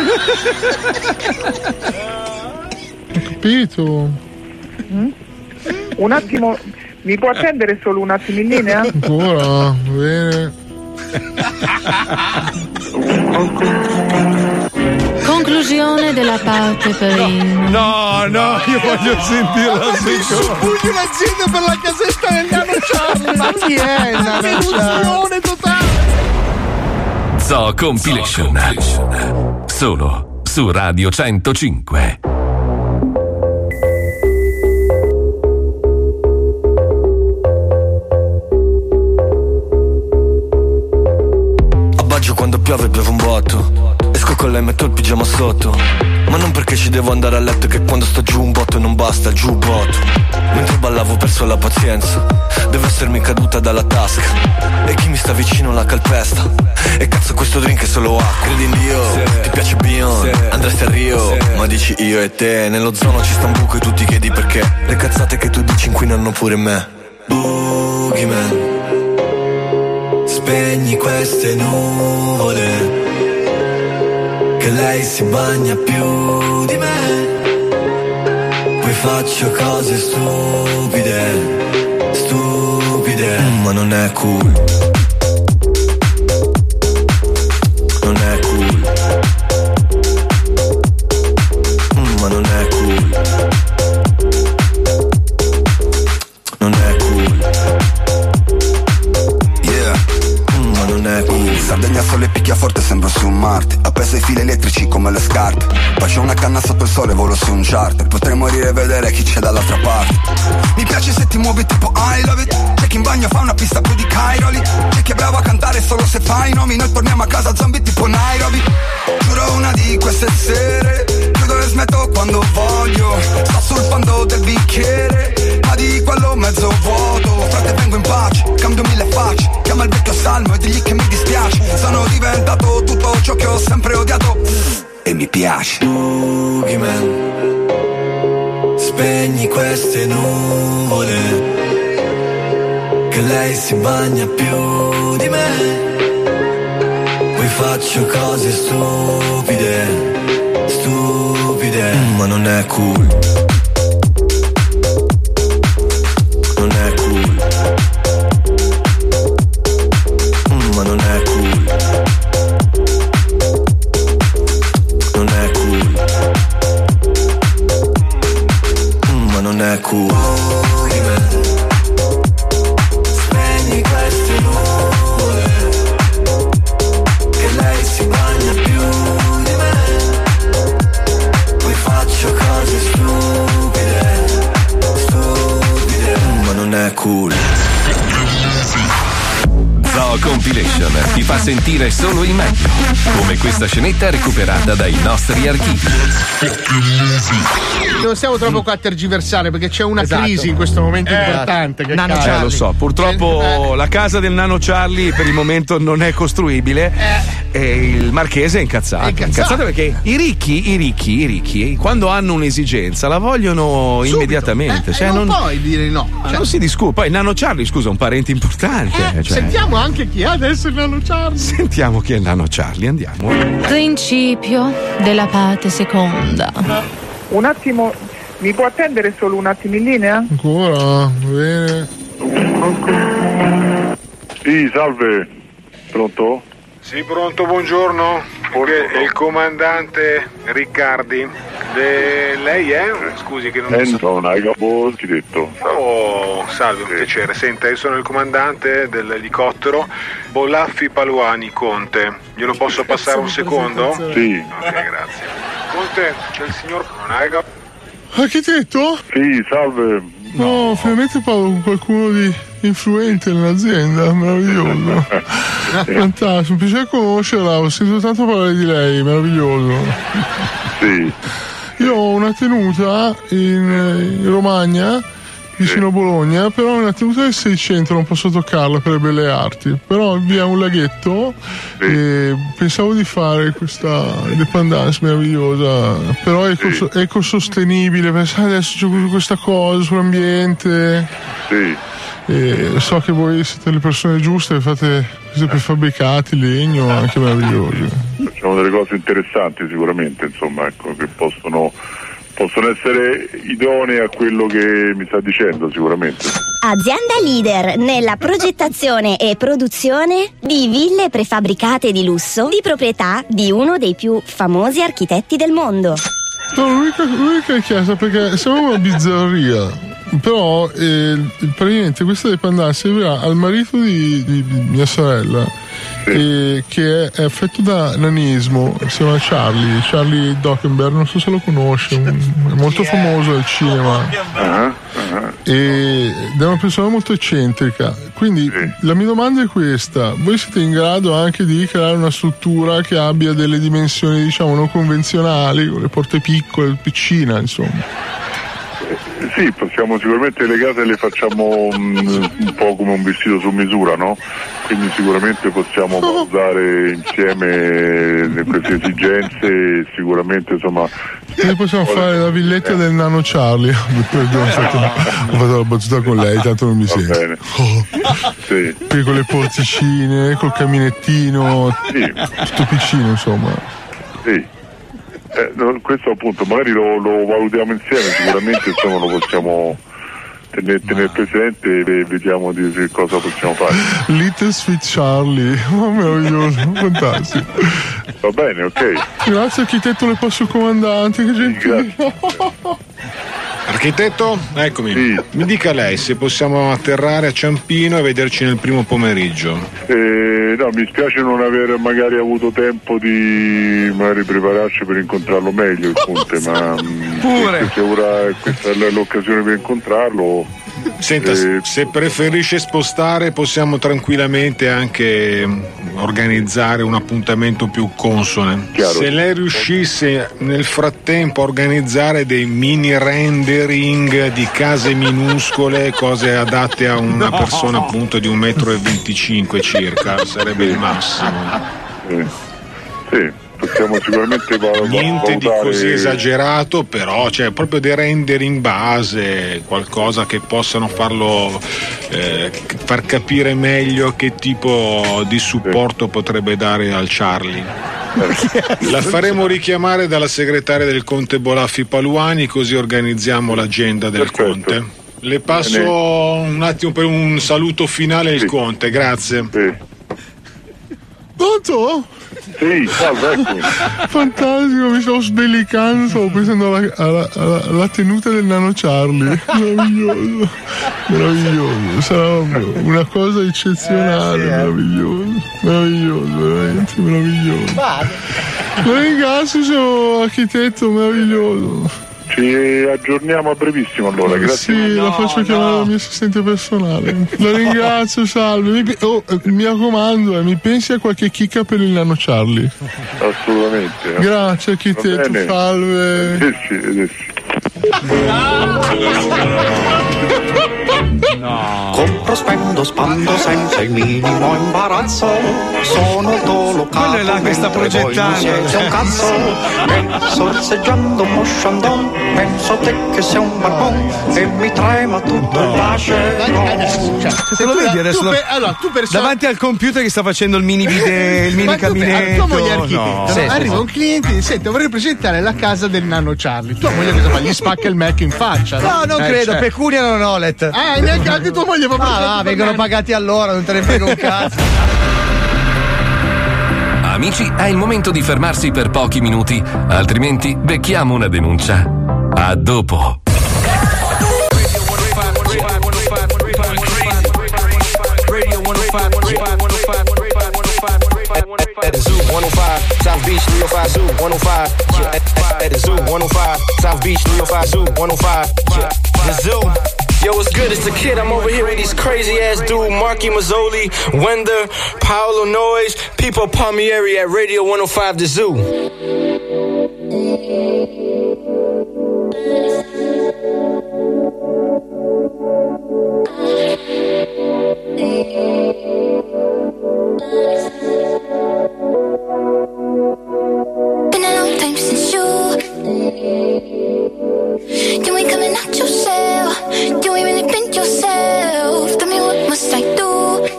Ho capito. Mm? Un attimo, mi può attendere solo un attimo in linea? Ancora, bene. Conclusione della parte per il... No, no, io voglio sentire la seconda. Pugli l'azienda per la casetta del nano Charlie. Ma chi è il nano Delusione totale. Zoo Compilation. Solo su Radio centocinque. Quando piove bevo un botto, esco con lei, metto il pigiama sotto, ma non perché ci devo andare a letto, che quando sto giù un botto non basta il giubbotto. Mentre ballavo perso la pazienza, deve essermi caduta dalla tasca, e chi mi sta vicino la calpesta. E cazzo questo drink è solo acqua. Credi in Dio, sì. Ti piace Beyond, sì. Andresti a Rio, sì. Ma dici io e te. Nello zono ci sta un buco e tu ti chiedi perché. Le cazzate che tu dici inquinano pure me. Boogeyman, spegni queste nuvole, che lei si bagna più di me. Poi faccio cose stupide, stupide, mm, ma non è cool. Non è cool. Mm, ma non è cool. Non è cool. Non è cool. Sardegna sole picchia forte, sembro su Marte. Appeso ai fili elettrici come le scarpe. Faccio una canna sotto il sole, volo su un charter. Potrei morire e vedere chi c'è dall'altra parte. Mi piace se ti muovi tipo I love it. C'è chi in bagno fa una pista più di Cairoli. C'è chi è bravo a cantare solo se fa i nomi. Noi torniamo a casa zombie tipo Nairobi. Giuro una di queste sere chiudo e smetto quando voglio. Sto sul fondo del bicchiere, ma di quello mezzo vuoto. Frate vengo in pace, cambio mille facce. Chiama il vecchio salmo e digli che mi dispiace. Sono diventato tutto ciò che ho sempre odiato e mi piace. Boogeyman, spegni queste nuvole, che lei si bagna più di me. Poi faccio cose stupide, stupide, mm, ma non è cool. Non è cool. Mm, ma non è cool. Non è cool. Mm, ma non è cool. Spegni queste nuvole, che lei si bagna più di me. Poi faccio cose stupide. Station ti fa sentire solo il meglio, come questa scenetta recuperata dai nostri archivi. Non stiamo troppo qua a tergiversare perché c'è una Esatto. crisi in questo momento Eh, importante. Che Nano cazzo. Charlie. Eh, lo so, purtroppo la casa del Nano Charlie per il momento non è costruibile e il marchese è incazzato. È È incazzato. incazzato perché i ricchi, i ricchi, i ricchi, quando hanno un'esigenza la vogliono Subito. immediatamente. Eh, Cioè, e non, non, puoi dire no. ma Cioè, non si discute. Poi Nano Charlie, scusa, è un parente importante. eh, cioè. Sentiamo anche chi è adesso il Nano Charlie. Sentiamo chi è il Nano Charlie, andiamo. Principio della parte seconda. Un attimo, mi può attendere solo un attimo in linea? Ancora? Bene. Sì, salve. Pronto? Sì, pronto, buongiorno. Che è il comandante Riccardi. Le- lei è? Scusi che non Eh, so. no, hai capo detto. Oh, salve, un piacere. Senta, io sono il comandante dell'elicottero Bolaffi Paluani Conte. Glielo posso passare un secondo? Sì. Ok, grazie. Conte, c'è il signor Conaga. Architetto? Sì, salve. No, finalmente parlo con qualcuno di influente nell'azienda, meraviglioso. Fantastico, un piacere conoscerla, ho sentito tanto parlare di lei, meraviglioso. Sì. Io ho una tenuta in, in Romagna, vicino a Bologna, però è una tenuta del Seicento, non posso toccarla per le belle arti. Però vi è un laghetto e pensavo di fare questa dependance meravigliosa, però eco- ecosostenibile, pensate adesso c'è questa cosa sull'ambiente. Sì. E so che voi siete le persone giuste, fate questi prefabbricati, legno, anche meravigliosi. Facciamo delle cose interessanti sicuramente, insomma, ecco, che possono, possono essere idonee a quello che mi sta dicendo sicuramente. Azienda leader nella progettazione e produzione di ville prefabbricate di lusso di proprietà di uno dei più famosi architetti del mondo. No, l'unica, l'unica richiesta, perché sembra una bizzarria, però eh, praticamente questa dependance servirà al marito di, di, di mia sorella, eh, che è, è affetto da nanismo, si chiama Charlie, Charlie Dockenberg, non so se lo conosce, un, è molto famoso al cinema. Uh-huh, uh-huh. Ed è una persona molto eccentrica, quindi la mia domanda è questa: voi siete in grado anche di creare una struttura che abbia delle dimensioni, diciamo, non convenzionali, con le porte piccole, piccina, insomma? Sì, possiamo sicuramente, le case le facciamo um, un po' come un vestito su misura, no? Quindi sicuramente possiamo valutare insieme le- queste esigenze e sicuramente, insomma. Quindi possiamo fare la villetta del Nano Charlie. Perdono, ho fatto, ho fatto la battuta con lei, tanto non mi sente. Bene. Oh. Sì. Qui con le porticine, col caminettino, tutto piccino, insomma. Sì. Eh, no, questo appunto magari lo, lo valutiamo insieme, sicuramente insomma lo possiamo tenere, tenere presente e vediamo di che cosa possiamo fare. Little Sweet Charlie, oh, meraviglioso, fantastico. Va bene, ok. Grazie architetto, le posso comandante, che gentile. Architetto, eccomi. Mi dica lei se possiamo atterrare a Ciampino e vederci nel primo pomeriggio. Eh, no, mi spiace non aver magari avuto tempo di magari prepararci per incontrarlo meglio il Conte, ma Pure. se ora questa è l'occasione per incontrarlo. Senta, eh, se preferisce spostare possiamo tranquillamente anche organizzare un appuntamento più consone. Chiaro. Se lei riuscisse nel frattempo a organizzare dei mini rendering di case minuscole, cose adatte a una No. persona appunto di un metro e venticinque circa, sarebbe il massimo. Sì, sì, possiamo sicuramente val- Niente di valutare- così esagerato, però c'è proprio dei rendering base, qualcosa che possano farlo eh, far capire meglio che tipo di supporto potrebbe dare al Charlie. La faremo richiamare dalla segretaria del Conte Bolaffi Paluani, così organizziamo l'agenda del Conte. Le passo un attimo per un saluto finale il Conte, grazie. Pronto? Sì, salve, eccomi. Fantastico, mi stavo sbellicando, stavo pensando alla, alla- alla- alla tenuta del Nano Charlie. Meraviglioso, meraviglioso, sarà una cosa eccezionale, meraviglioso, meraviglioso, veramente meraviglioso. Lo ringrazio, signor architetto, meraviglioso. Ci aggiorniamo a brevissimo allora, grazie. Sì, no, la faccio no. chiamare la mia assistente personale. La ringrazio, salve. Mi, oh, mi raccomando, eh, mi pensi a qualche chicca per il nano Charlie? Assolutamente. Eh. Grazie, Chitetto, salve. Eh sì, eh sì. No. Compro, spendo, spando senza il minimo imbarazzo. Sono autolocato. Quello è là che sta progettando. Siete un cazzo. E sorseggiando mo Chandon, penso te che sei un barbon e mi trema tutto il bacino. Se lo vedi adesso tu per, allora, tu per davanti al computer che sta facendo il mini bidet, il mini ma tu per- cabinetto. tua moglie è architetto, no. no? Sì, sì, Arriva sì. un cliente e dice: senti, vorrei presentare la casa del nano Charlie. Tua moglie cosa fa? Gli spacca il Mac in faccia. No, non Eh, credo, cioè. pecunia non ho let. Ah, neanche anche tua moglie fa Ah, ah, vengono pagati all'ora, non te ne frega un cazzo. Amici, è il momento di fermarsi per pochi minuti, altrimenti becchiamo una denuncia. A dopo. At the zoo, one oh five, South Beach, three oh five, zoo, one oh five. Yeah, at, at the zoo, one oh five, South Beach, three oh five, zoo, one oh five. Yeah, the zoo. Yo, what's good? It's the kid. I'm over here with these crazy ass dudes, Marky Mazzoli, Wender, Paolo Noyes, People Palmieri at Radio one oh five, the zoo. Been a long time since you You ain't coming out yourself. You ain't really been yourself. Tell me what must I do?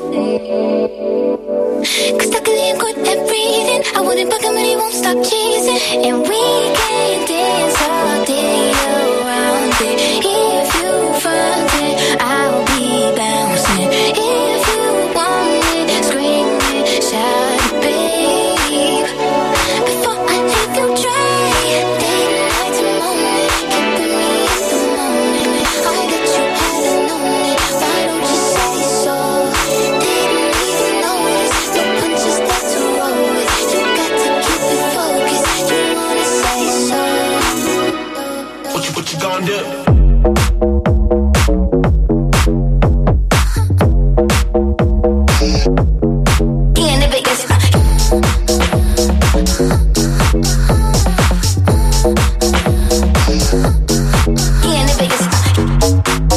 Cause luckily I'm good at breathing. I wouldn't bug him but he won't stop cheesing. And we can dance all day around it. If you find it, I'll be bouncing. If you want it, scream it, shout it, babe. Before I leave you dry, day and night and moment, keeping me in the moment. I bet you hadn't known it. Why don't you say so? Didn't even notice. No punches there to roll with. You got to keep it focused. You wanna say so? What you, what you gonna do? Yeah, in the biggest. Yeah, in the biggest.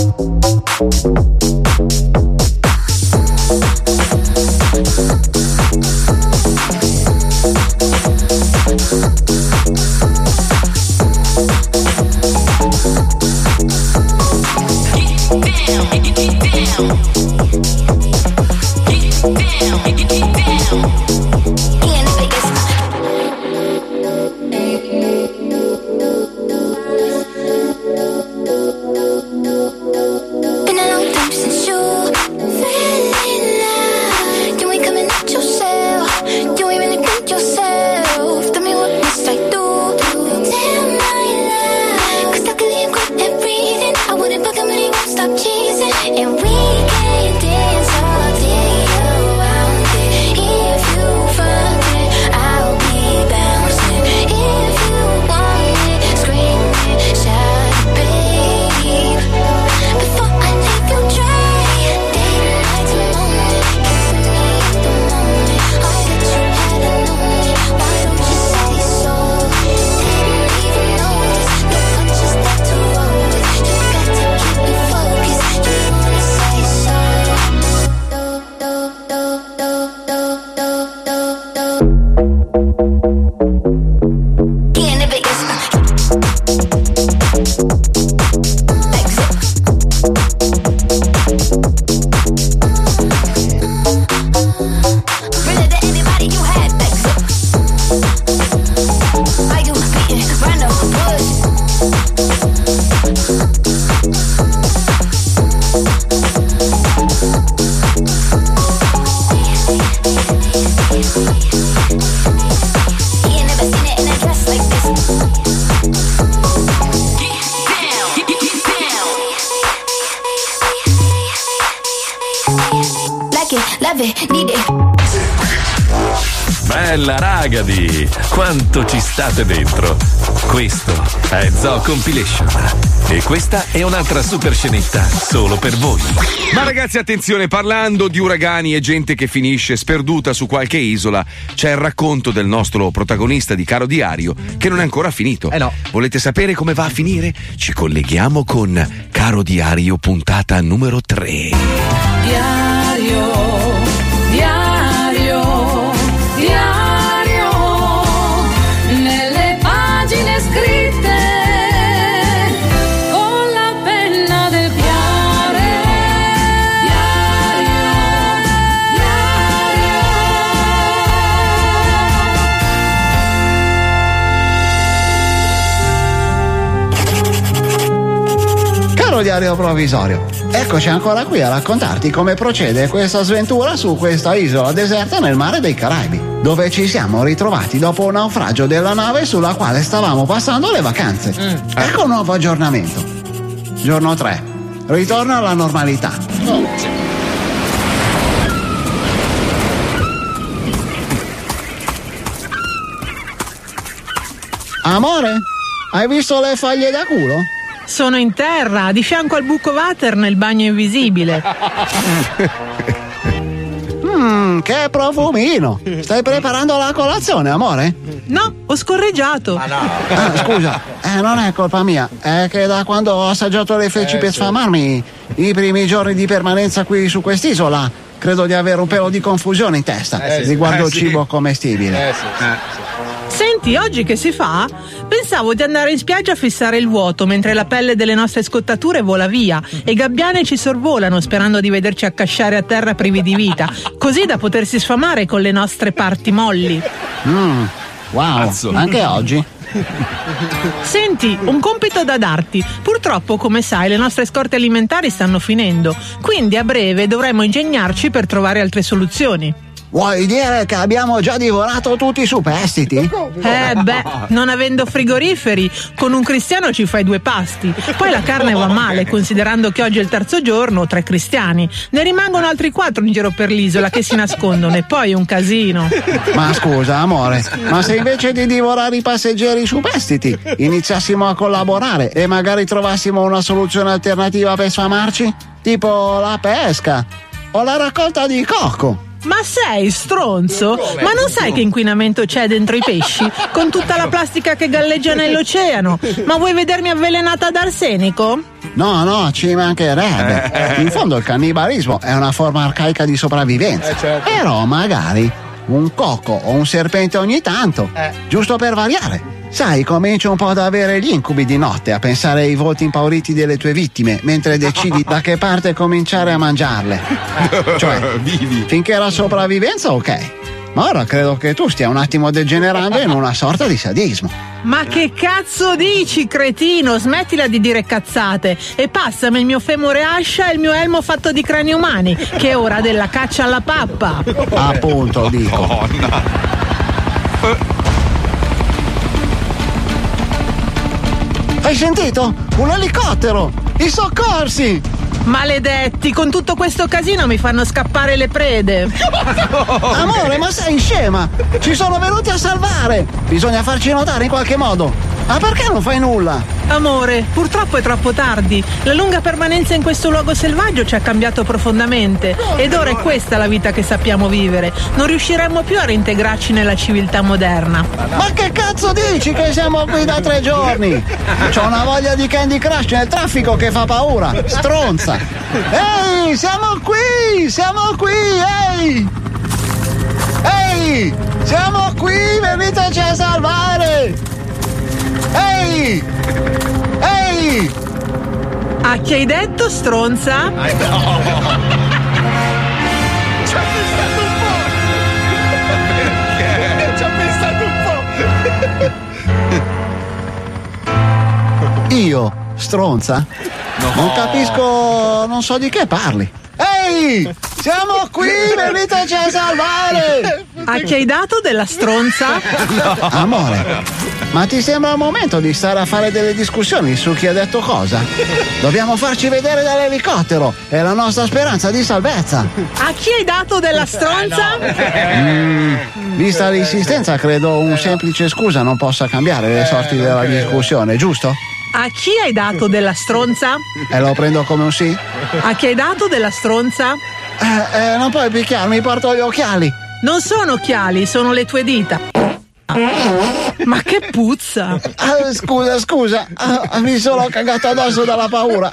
Been a long time since you fell in love. You ain't coming out yourself. You ain't really been yourself. Tell me what must I do? Tell my love. Cause luckily I'm good at breathing. I wouldn't bug him but he won't stop cheesing. And we can dance all day around it. If you find it, I'll be bouncing. If you want it, scream it, shout it, babe. Before I leave you dry, day and night and moment, keeping me in the moment. I bet you hadn't known it. Why don't you say so? Didn't even notice. No punches there to roll with. You got to keep it focused. You wanna say so? Yeah, in the biggest. Really to anybody you had sex with? Are you beating around the bush? You ain't never seen it in a dress like this. Like it, love it, need it. Beh, bella ragazzi, quanto ci state dentro. Questo è Zoo Compilation e questa è un'altra super scenetta solo per voi. Ma ragazzi, attenzione, parlando di uragani e gente che finisce sperduta su qualche isola, c'è il racconto del nostro protagonista di Caro Diario che non è ancora finito. Eh no. Volete sapere come va a finire? Ci colleghiamo con Caro Diario puntata numero tre. Diario, diario, diario, nelle pagine scritte con la penna del cuore. Diario, diario. Caro diario provvisorio, eccoci ancora qui a raccontarti come procede questa sventura su questa isola deserta nel mare dei Caraibi, dove ci siamo ritrovati dopo un naufragio della nave sulla quale stavamo passando le vacanze. Mm. Ecco un nuovo aggiornamento. Giorno tre. Ritorno alla normalità. Oh. Amore, hai visto le faglie da culo? Sono in terra, di fianco al buco water nel bagno invisibile. Mmm, che profumino! Stai preparando la colazione, amore? No, ho scorreggiato. Ah, no. Ah, scusa, eh, non è colpa mia. È che da quando ho assaggiato le feci eh, per sì. sfamarmi i primi giorni di permanenza qui su quest'isola, credo di avere un pelo di confusione in testa eh, sì. riguardo il eh, cibo sì. commestibile. Eh, sì, sì, sì. Senti, oggi che si fa? Pensavo di andare in spiaggia a fissare il vuoto mentre la pelle delle nostre scottature vola via e gabbiane ci sorvolano sperando di vederci accasciare a terra privi di vita, così da potersi sfamare con le nostre parti molli. Mm, wow, Mazzo. Anche oggi? Senti, un compito da darti. Purtroppo, come sai, le nostre scorte alimentari stanno finendo, quindi a breve dovremo ingegnarci per trovare altre soluzioni. Vuoi dire che abbiamo già divorato tutti i superstiti? Eh beh, non avendo frigoriferi, con un cristiano ci fai due pasti. Poi la carne va male, considerando che oggi è il terzo giorno, tre cristiani. Ne rimangono altri quattro in giro per l'isola che si nascondono e poi è un casino. Ma scusa, amore, ma se invece di divorare i passeggeri superstiti iniziassimo a collaborare e magari trovassimo una soluzione alternativa per sfamarci? Tipo la pesca o la raccolta di cocco? Ma sei stronzo? Ma non sai che inquinamento c'è dentro i pesci? Con tutta la plastica che galleggia nell'oceano? Ma vuoi vedermi avvelenata ad arsenico? No, no, ci mancherebbe. In fondo il cannibalismo è una forma arcaica di sopravvivenza. Però magari un cocco o un serpente ogni tanto, giusto per variare. Sai, comincio un po' ad avere gli incubi di notte, a pensare ai volti impauriti delle tue vittime, mentre decidi da che parte cominciare a mangiarle. Cioè, finché la sopravvivenza, ok. Ma ora credo che tu stia un attimo degenerando in una sorta di sadismo. Ma che cazzo dici, cretino? Smettila di dire cazzate e passami il mio femore ascia e il mio elmo fatto di crani umani, che è ora della caccia alla pappa. Appunto, dico. Oh, no. Hai sentito? Un elicottero! I soccorsi! Maledetti, con tutto questo casino mi fanno scappare le prede. Amore, ma sei scema! Ci sono venuti a salvare! Bisogna farci notare in qualche modo. Ma perché non fai nulla? Amore, purtroppo è troppo tardi. La lunga permanenza in questo luogo selvaggio ci ha cambiato profondamente ed ora è questa la vita che sappiamo vivere. Non riusciremmo più a reintegrarci nella civiltà moderna. Ma che cazzo dici che siamo qui da tre giorni? C'ho una voglia di Candy Crush nel traffico che fa paura. Stronza! Ehi, siamo qui! Siamo qui! Ehi! Ehi! Siamo qui! Veniteci a salvare! Ehi! Ehi! A chi hai detto, stronza? Ah, no! Ci ha pensato un po'! Perché? Ci ha pensato un po'! Io? Stronza? No. Non capisco, non so di che parli. Ehi! Siamo qui, veniteci a salvare! A chi hai dato della stronza? No. Amore, ma ti sembra il momento di stare a fare delle discussioni su chi ha detto cosa? Dobbiamo farci vedere dall'elicottero, è la nostra speranza di salvezza. A chi hai dato della stronza? Mm, Vista l'insistenza, credo un semplice scusa non possa cambiare le sorti della discussione, giusto? A chi hai dato della stronza? E lo prendo come un sì? A chi hai dato della stronza? Eh, eh, non puoi picchiarmi, porto gli occhiali. Non sono occhiali, sono le tue dita. Ma che puzza! Ah, scusa, scusa, ah, mi sono cagato addosso dalla paura.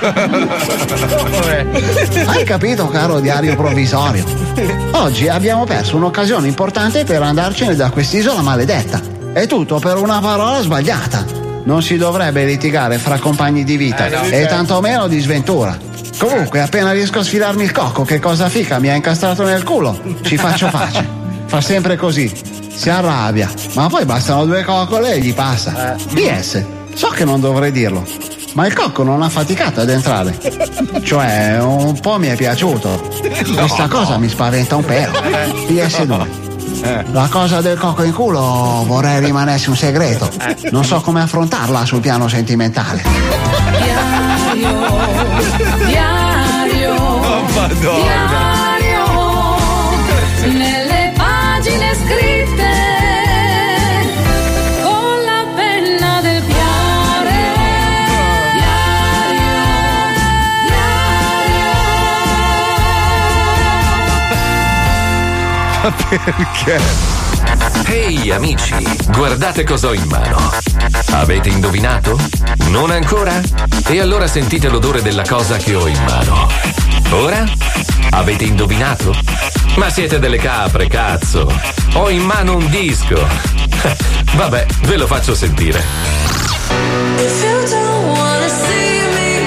Hai capito, caro diario provvisorio? Oggi abbiamo perso un'occasione importante per andarcene da quest'isola maledetta. È tutto per una parola sbagliata. Non si dovrebbe litigare fra compagni di vita, eh no, e certo. tantomeno di sventura. Comunque, appena riesco a sfilarmi il cocco, che cosa fica mi ha incastrato nel culo, ci faccio pace. Fa sempre così. Si arrabbia, ma poi bastano due coccole e gli passa. P S, so che non dovrei dirlo, ma il cocco non ha faticato ad entrare. Cioè, un po' mi è piaciuto. Questa cosa mi spaventa un pelo. P S due. La cosa del cocco in culo vorrei rimanesse un segreto. Non so come affrontarla sul piano sentimentale. Diario, diario, oh, diario, nelle pagine scritte con la penna del cuore. Diario, Ma perché? Ehi hey, amici, guardate cosa ho in mano. Avete indovinato? Non ancora? E allora sentite l'odore della cosa che ho in mano. Ora? Avete indovinato? Ma siete delle capre, cazzo! Ho in mano un disco! Vabbè, ve lo faccio sentire. If you don't wanna see me,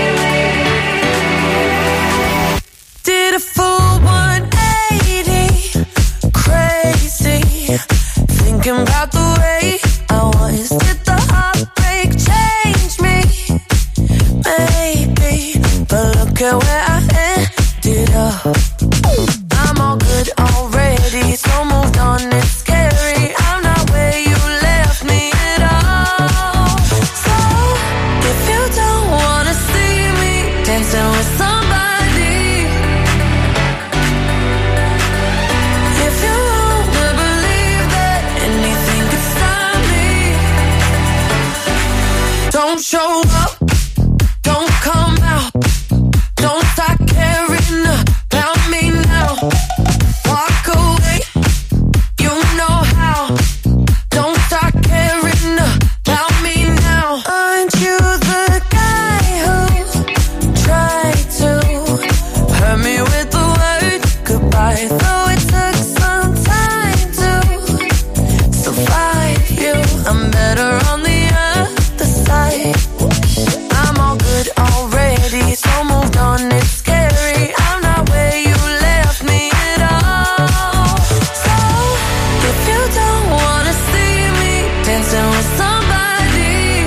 did a full one eighty, crazy, thinking about the way I was. Did the heartbreak change me? Maybe, but look at where I ended up. I'm all good already, so moved on, it's scary. I'm not where you left me at all. So, if you don't wanna see me dancing with somebody, if you wanna believe that anything could stop me, don't show up, don't come out, don't start caring about me now. Walk away, you know how. Don't start caring about me now. Aren't you the guy who tried to hurt me with the word goodbye? Though it took some time to survive you, I'm better on the other side. I'm all good already, so moved on, it's scary. I'm not where you left me at all. So, if you don't wanna see me dancing with somebody,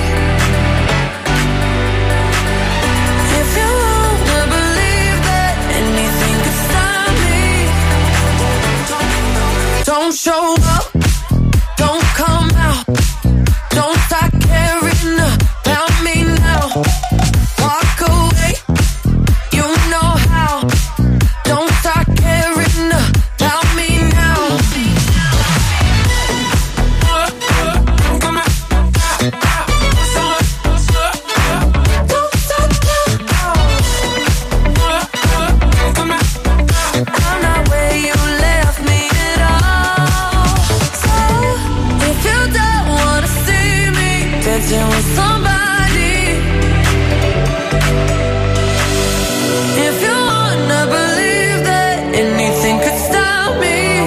if you wanna believe that anything could stop me, don't show up, don't come out, don't start caring about me now. Walk away, you know how. Don't start caring about me now. Don't stop now. I'm not where you left me at all. So, if you don't wanna see me dancing with somebody, if you wanna believe that anything could stop me,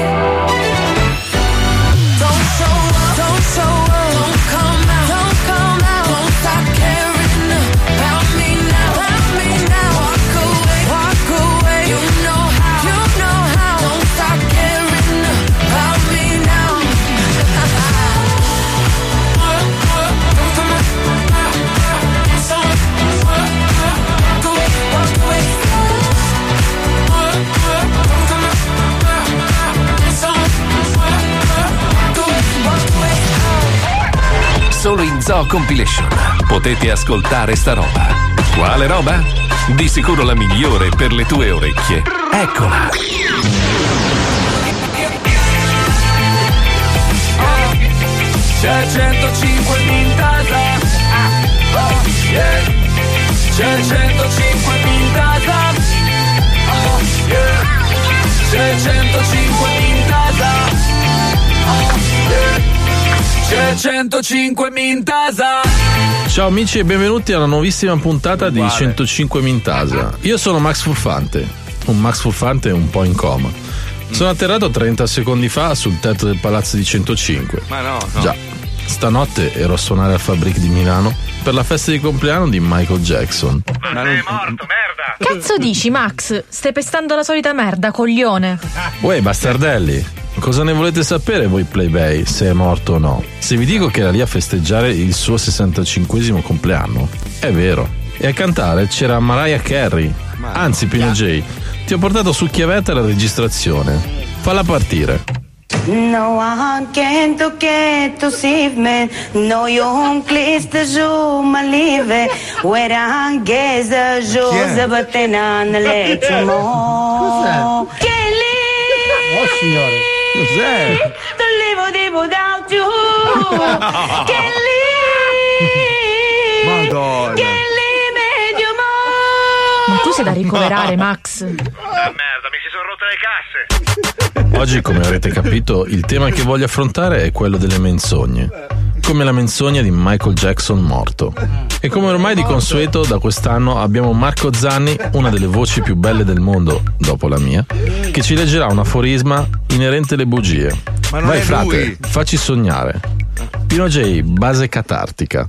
don't show up, don't show up, don't come out, don't come out, don't stop caring about me now, about me now. Walk away, walk away, you know how, you know how. Don't stop caring about me now. Solo in Zoo Compilation potete ascoltare sta roba. Quale roba? Di sicuro la migliore per le tue orecchie. Eccola. c'è centocinque in casa. Oh, yeah. C'è centocinque in casa. Oh, yeah. C'è centocinque in casa. Oh, yeah. C'è centocinque in casa. Ciao amici e benvenuti alla nuovissima puntata di centocinque in casa. Io sono Max Furfante, un Max Furfante un po' in coma. Sono atterrato trenta secondi fa sul tetto del palazzo di centocinque. Ma no, no. Già, stanotte ero a suonare al Fabric di Milano per la festa di compleanno di Michael Jackson. Ma sei morto, merda! Cazzo dici, Max? Stai pestando la solita merda, coglione. Uè, bastardelli, cosa ne volete sapere voi plebei, se è morto o no? Se vi dico che era lì a festeggiare il suo sessantacinquesimo compleanno, è vero. E a cantare c'era Mariah Carey. Anzi, Pino J, ti ho portato su chiavetta la registrazione. Falla partire. No one can to get to save me. No young place to show my live. Where I guess a Jose but then on the let you more. Kelly! Oh signore! Cos'è? To live deep without you. Kelly! Madonna! Kelly made you more. Ma tu sei da ricoverare, Max. Ah, merda, mi si sono rotte le casse. Oggi, come avrete capito, il tema che voglio affrontare è quello delle menzogne. Come la menzogna di Michael Jackson morto. E come ormai di consueto, da quest'anno abbiamo Marco Zanni, una delle voci più belle del mondo, dopo la mia, che ci leggerà un aforisma inerente alle bugie. Ma non Vai è frate, lui. facci sognare. Pino J, base catartica.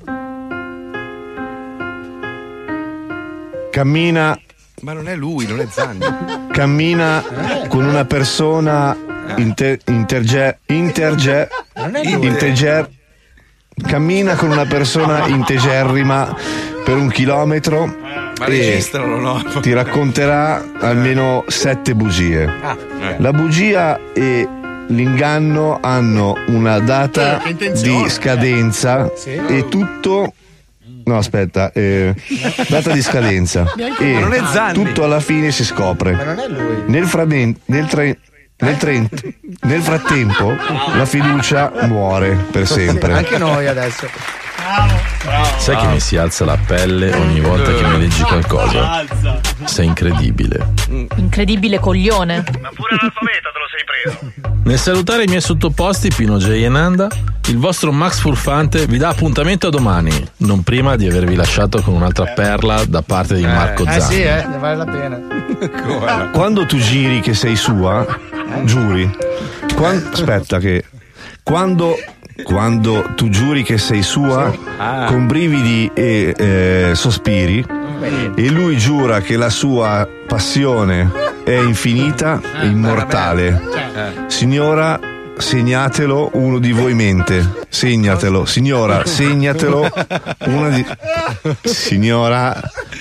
Cammina. Ma non è lui, non è Zanni. Cammina con una persona inter, interge, interge, integer, cammina con una persona integerrima per un chilometro Ma e registralo, no? ti racconterà almeno sette bugie. La bugia e l'inganno hanno una data Che intenzione. di scadenza Sì. e tutto. No, aspetta, eh, data di scadenza. Neanche- E Ma non è Zanni. tutto alla fine si scopre. Ma non è lui. Nel, fraden- nel, tre- nel, tre- nel frattempo la fiducia muore per sempre. Anche noi adesso. Sai che mi si alza la pelle ogni volta che mi leggi qualcosa? Sei incredibile. Incredibile coglione. Ma pure l'alfabeto te lo sei preso. Nel salutare i miei sottoposti Pino J e Nanda, il vostro Max Furfante vi dà appuntamento a domani, non prima di avervi lasciato con un'altra perla da parte di Marco Eh Zanni. sì, eh, ne vale la pena. Quando tu giri che sei sua, giuri. Quan- aspetta che quando quando tu giuri che sei sua, Ah. con brividi e eh, sospiri, e lui giura che la sua passione è infinita e immortale. Signora, segnatelo, uno di voi mente. Segnatelo, signora, segnatelo, una di. Signora.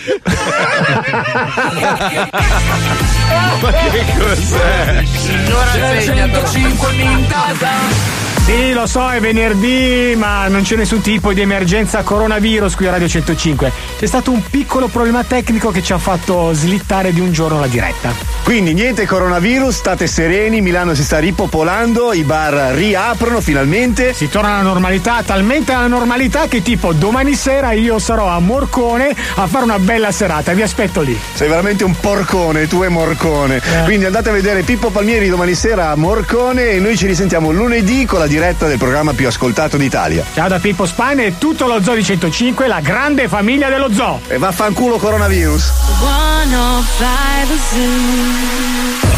Ma che cos'è? C'è centocinque in casa. Sì, lo so, è venerdì, ma non c'è nessun tipo di emergenza coronavirus qui a Radio centocinque. C'è stato un piccolo problema tecnico che ci ha fatto slittare di un giorno la diretta. Quindi niente coronavirus, state sereni, Milano si sta ripopolando, i bar riaprono finalmente. Si torna alla normalità, talmente alla normalità che tipo domani sera io sarò a Morcone a fare una bella serata, vi aspetto lì. Sei veramente un porcone, tu e Morcone. Eh. Quindi andate a vedere Pippo Palmieri domani sera a Morcone e noi ci risentiamo lunedì con la diretta del programma più ascoltato d'Italia. Ciao da Pippo Spine e tutto lo Zoo di centocinque, la grande famiglia dello Zoo. E vaffanculo coronavirus. one oh five Zoo.